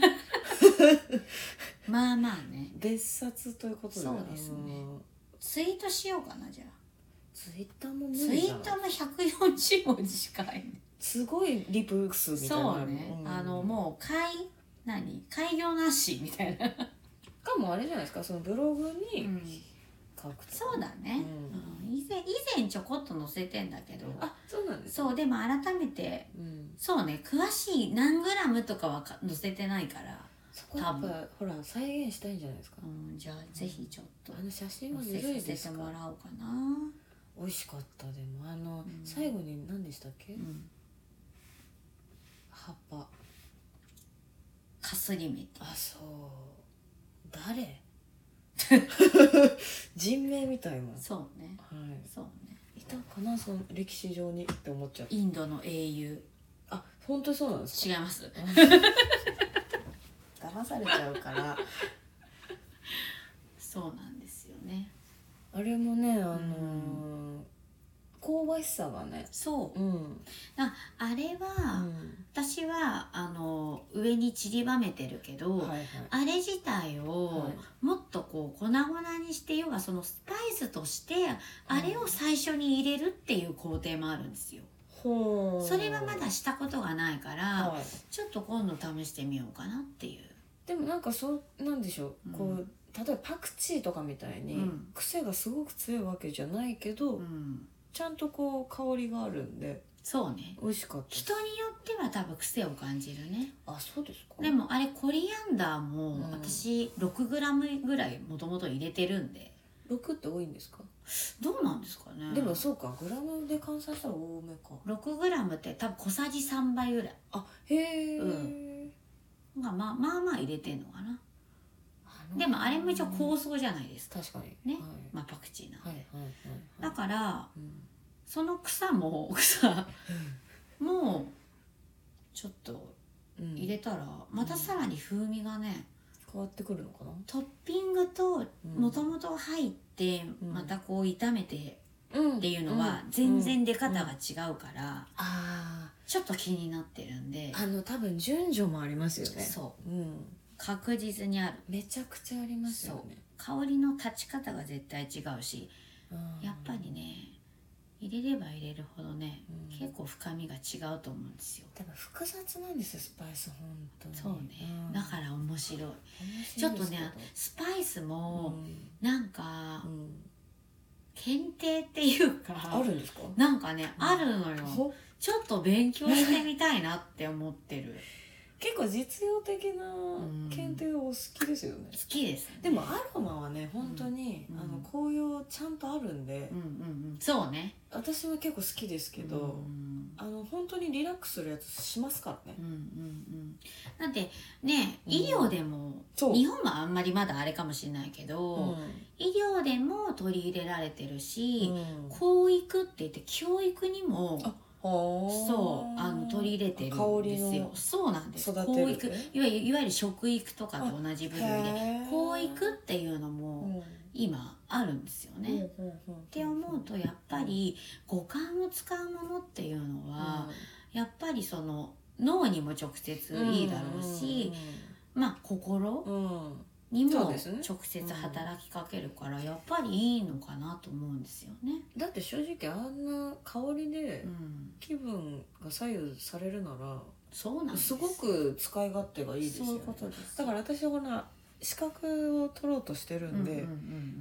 [SPEAKER 1] まあまあね
[SPEAKER 2] 別冊ということで。
[SPEAKER 1] そうですねツイートしようかなじゃあ。
[SPEAKER 2] ツイッターも無理
[SPEAKER 1] じゃない。ツイートもひゃくよんじゅうもじしかない、ね、
[SPEAKER 2] すごいリプ数みたいな。
[SPEAKER 1] そうね、うん、あのもう開何開業なしみたいな
[SPEAKER 2] かもあれじゃないですかそのブログに、うん
[SPEAKER 1] そうだね、うん、以前以前ちょこっと載せてんだけど。
[SPEAKER 2] あそうなんです、
[SPEAKER 1] ね、そうでも改めて、うん、そうね詳しい何グラムとかは載せてないから
[SPEAKER 2] そこやっぱほら再現したいんじゃないですか、
[SPEAKER 1] うん、じゃあぜひちょっと、
[SPEAKER 2] うん、あの写真はずるいですか
[SPEAKER 1] 載せてもらおうかな。
[SPEAKER 2] 美味しかった。でもあの、うん、最後に何でしたっけ、うん、
[SPEAKER 1] かすり目って。
[SPEAKER 2] あ、そう誰人名みたいな。
[SPEAKER 1] そうね、
[SPEAKER 2] はい、
[SPEAKER 1] そうね。
[SPEAKER 2] いたかな、その歴史上にって思っちゃった。
[SPEAKER 1] インドの英雄。
[SPEAKER 2] あ、本当にそうなんです
[SPEAKER 1] か。違います。
[SPEAKER 2] 騙されちゃうから
[SPEAKER 1] そうなんですよね。
[SPEAKER 2] あれもね、あのーうん、香ばしさがね。
[SPEAKER 1] そう、
[SPEAKER 2] うん、
[SPEAKER 1] あ, あれは、うん、私はあの上に散りばめてるけど、はいはい、あれ自体をもっとこう粉々にして、要はそのスパイスとしてあれを最初に入れるっていう工程もあるんですよ。うん、それはまだしたことがないから、はい、ちょっと今度試してみようかなっていう。
[SPEAKER 2] でもなんかそうなんでしょう、うん、こう例えばパクチーとかみたいに、うん、癖がすごく強いわけじゃないけど、うん、ちゃんとこう香りがあるんで、
[SPEAKER 1] そうね、
[SPEAKER 2] 美味しかった。
[SPEAKER 1] 人によっては多分癖を感じるね。
[SPEAKER 2] あ、そうですか。
[SPEAKER 1] でもあれコリアンダーも私 ろくグラム ぐらいもともと入れてるんで。
[SPEAKER 2] ろくって多いんですか？
[SPEAKER 1] どうなんですかね。
[SPEAKER 2] でもそうか、グラムで換算したら多めか。
[SPEAKER 1] ろくグラム って多分小さじさんばいぐらい。
[SPEAKER 2] あ、へえ、うん、
[SPEAKER 1] まあまあまあまあ入れてんのかな。でもあれも一応香草じゃないですか。
[SPEAKER 2] 確かに
[SPEAKER 1] ね、
[SPEAKER 2] はい、
[SPEAKER 1] まあパクチーなんで、
[SPEAKER 2] はいはいはいはい、
[SPEAKER 1] だから、うん、その草も草もうちょっと入れたら、またさらに風味がね、
[SPEAKER 2] 変わってくるのかな。
[SPEAKER 1] トッピングともともと入ってまたこう炒めてっていうのは全然出方が違うから、ちょっと気になってるんで。
[SPEAKER 2] あの多分順序もありますよね。
[SPEAKER 1] そう、うん、確実にある。
[SPEAKER 2] めちゃくちゃありますよね。
[SPEAKER 1] 香りの立ち方が絶対違うし、やっぱりね入れれば入れるほどね、うん、結構深みが違うと思うんですよ。
[SPEAKER 2] 多分複雑なんですよ、スパイス本当に。
[SPEAKER 1] そうね、うん、だから面白い。
[SPEAKER 2] 面白い
[SPEAKER 1] ちょっとねスパイスもなんか、うん、検定っていうか
[SPEAKER 2] あるんですか？
[SPEAKER 1] なんかね、うん、あるのよ。ちょっと勉強してみたいなって思ってる。
[SPEAKER 2] 結構実用的な検定お好きですよね。
[SPEAKER 1] 好きですね。
[SPEAKER 2] でもアロマはね本当に、うん、あの紅葉ちゃんとあるんで、
[SPEAKER 1] うんうんうん、そうね。
[SPEAKER 2] 私は結構好きですけど、うん、あの本当にリラックスするやつしますからね。
[SPEAKER 1] うんうんうん、だってね、医療でも、うん、日本はあんまりまだあれかもしれないけど、うん、医療でも取り入れられてるし、うん、教育って言って教育にもそうあの取り入れてるんですよ。そうなんです。教育、いわゆるいわゆる食育とかと同じ部類で教育っていうのも今あるんですよね。って思うとやっぱり五感を使うものっていうのは、うん、やっぱりその脳にも直接いいだろうし、うん、まあ心にも直接働きかけるから、やっぱりいいのかなと思うんですよね。
[SPEAKER 2] だって正直あんな香りで気分が左右されるなら、
[SPEAKER 1] そうなんです。
[SPEAKER 2] すごく使い勝手がいいですよね。
[SPEAKER 1] そういうことです。
[SPEAKER 2] だから私はほら資格を取ろうとしてるんで、うんうんうん、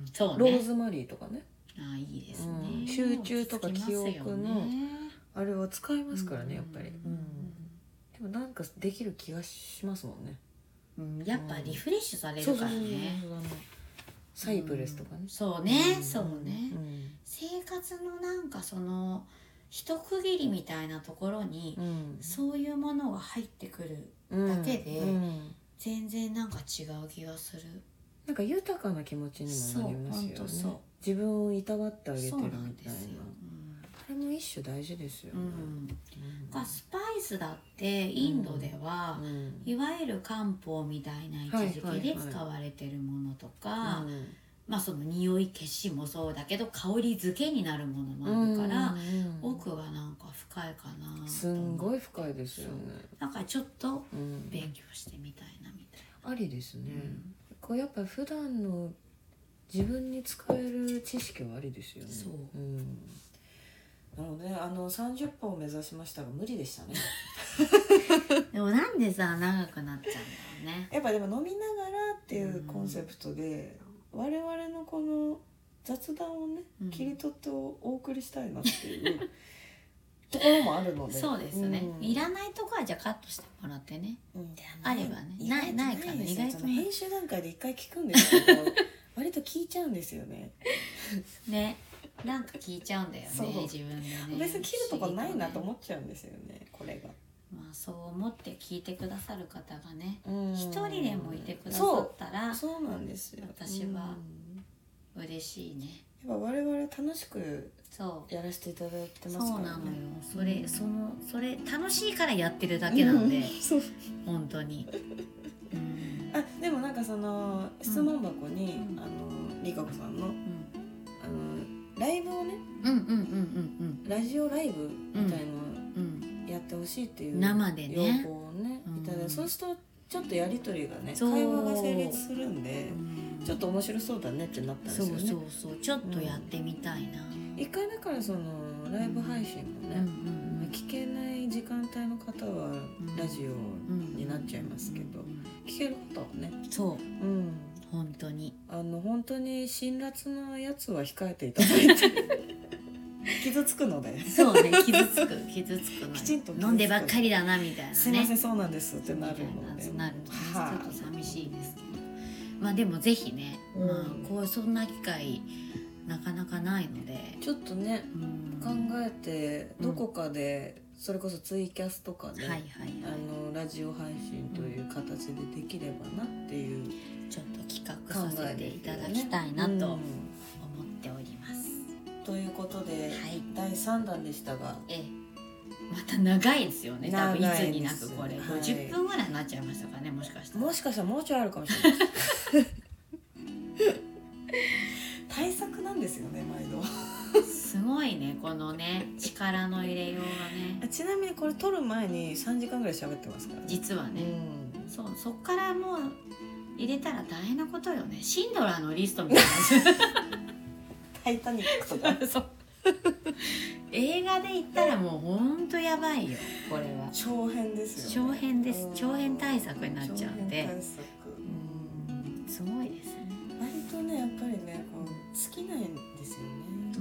[SPEAKER 1] そうね、
[SPEAKER 2] ローズマリーとかね、
[SPEAKER 1] あ、いいですね、
[SPEAKER 2] うん、集中とか記憶のあれを使いますからね、やっぱり、うんうん、でもなんかできる気がしますもんね、
[SPEAKER 1] うん、やっぱリフレッシュされるからね。
[SPEAKER 2] サイプレスとかね、
[SPEAKER 1] うん、そうね、うん、そうね、うん、生活のなんかその一区切りみたいなところに、うん、そういうものが入ってくるだけで、うんうん、全然なんか違う気がする。
[SPEAKER 2] なんか豊かな気持ちにもなりますよね。そう、そう、自分をいたわってあげてるみたいな。あれも一種大事ですよね、
[SPEAKER 1] うんうん、スパイスだってインドでは、うん、いわゆる漢方みたいな位置づけで使われてるものとか、はいはいはい、まあその匂い消しもそうだけど香り付けになるものもあるから、うんうんうん、奥がなんか深いかな。
[SPEAKER 2] すんごい深いですよね。
[SPEAKER 1] だからちょっと勉強してみたいなみたいな、
[SPEAKER 2] うん、ありですね、うん、こうやっぱ普段の自分に使える知識はありですよね。そう、うん、なのであのさんじゅっぽんを目指しましたが無理でしたね
[SPEAKER 1] でもなんでさ長くなっちゃうんだろうね。
[SPEAKER 2] やっぱでも飲みながらっていうコンセプトで、うん、我々のこの雑談をね、うん、切り取ってお送りしたいなっていうところもあるので
[SPEAKER 1] そうですね、うん、いらないとこはじゃあカットしてもらってね、うん、あればね、ないないから意外と
[SPEAKER 2] 編集段階で一回聞くんですけど割と聞いちゃうんですよね
[SPEAKER 1] ね、なんか聞いちゃうんだよね自分でね。
[SPEAKER 2] 別に切るとこないなと思っちゃうんですよねこれが。
[SPEAKER 1] まあそう思って聞いてくださる方がね
[SPEAKER 2] 一
[SPEAKER 1] 一人でもいてくださったら
[SPEAKER 2] そう、そうなんですよ。
[SPEAKER 1] 私は嬉しいね。
[SPEAKER 2] やっぱ我々楽しく
[SPEAKER 1] そう
[SPEAKER 2] やらせていただいてますからね。
[SPEAKER 1] そうなのよ。それそのそれ楽しいからやってるだけなんで、うん、
[SPEAKER 2] そう
[SPEAKER 1] 本当に。うん、
[SPEAKER 2] あでもなんかその質問箱に、うん、あのリカ子さんの、うん、あのライブをね、
[SPEAKER 1] うんうんうんうんうん、
[SPEAKER 2] ラジオライブみたいのやってほしいっていう
[SPEAKER 1] 生でね
[SPEAKER 2] 要望をね、
[SPEAKER 1] うん、
[SPEAKER 2] いただいて、そうするとちょっとやり取りがね会話が成立するんで、うん、ちょっと面白そうだねってなったんですよね。
[SPEAKER 1] そうそうそうちょっとやってみたいな。
[SPEAKER 2] うん、一回だからそのライブ配信もね、うんうん、聞けない時間帯の方はラジオになっちゃいますけど、うんうん、聞ける方はね
[SPEAKER 1] そう、うん、本当に
[SPEAKER 2] あの本当に辛辣なやつは控えていただいて傷つくので
[SPEAKER 1] そうね傷つく傷つくの
[SPEAKER 2] きちんと
[SPEAKER 1] 飲んでばっかりだなみたいなね
[SPEAKER 2] すいませんそうなんですってなるので
[SPEAKER 1] なると、ね、はあ、ちょっと寂しいですけどまあでもぜひね、うんまあ、こうそんな機会なかなかないので
[SPEAKER 2] ちょっとね、うん、考えてどこかで、うん、それこそツイキャスとかで、はいはいはい、あのラジオ配信という形でできればなっていう、
[SPEAKER 1] うん、ちょっと企画させていただきたいなと思っております、
[SPEAKER 2] うん、ということで、はい、だいさんだんでしたが、
[SPEAKER 1] ええ、また長いですよね多分いつになくこれ、はい、ごじゅっぷんぐらいになっちゃいましたかねもしかしたら
[SPEAKER 2] もしかしたらもうちょいあるかもしれない対策なんですよね毎度
[SPEAKER 1] すごいねこのね力の入れようがね
[SPEAKER 2] ちなみにこれ撮る前にさんじかんぐらい喋ってますから、ね、
[SPEAKER 1] 実はね、うん、そうそっからもう入れたら大変なことよねシンドラーのリストみたいな
[SPEAKER 2] タイタニックとか
[SPEAKER 1] そう映画で言ったらもうほんとやばいよこれは
[SPEAKER 2] 長編ですよ
[SPEAKER 1] ね長編です長編対策になっちゃうんで
[SPEAKER 2] 長編対策
[SPEAKER 1] うんすごいですね
[SPEAKER 2] 割とねやっぱりねこう尽きないんですよね、うん、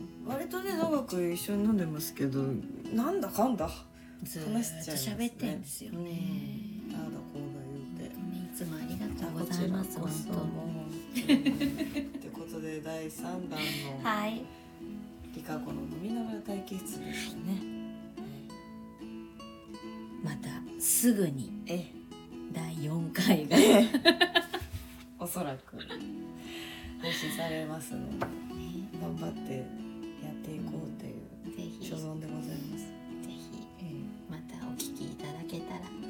[SPEAKER 2] 割とね長く一緒に飲んでますけどなんだかんだ
[SPEAKER 1] ずっと喋ってんですよね、
[SPEAKER 2] うん、ああだこうだ言うて
[SPEAKER 1] いつもありがとうございます本当
[SPEAKER 2] ということでだいさんだんの
[SPEAKER 1] はい
[SPEAKER 2] リカ子の飲みながら待機室でしたね、
[SPEAKER 1] またすぐにだいよんかいが
[SPEAKER 2] おそらく配信されますので、ね、頑張ってやっていこうという所存でございます。
[SPEAKER 1] ぜひ、えー、またお聞きいただけたら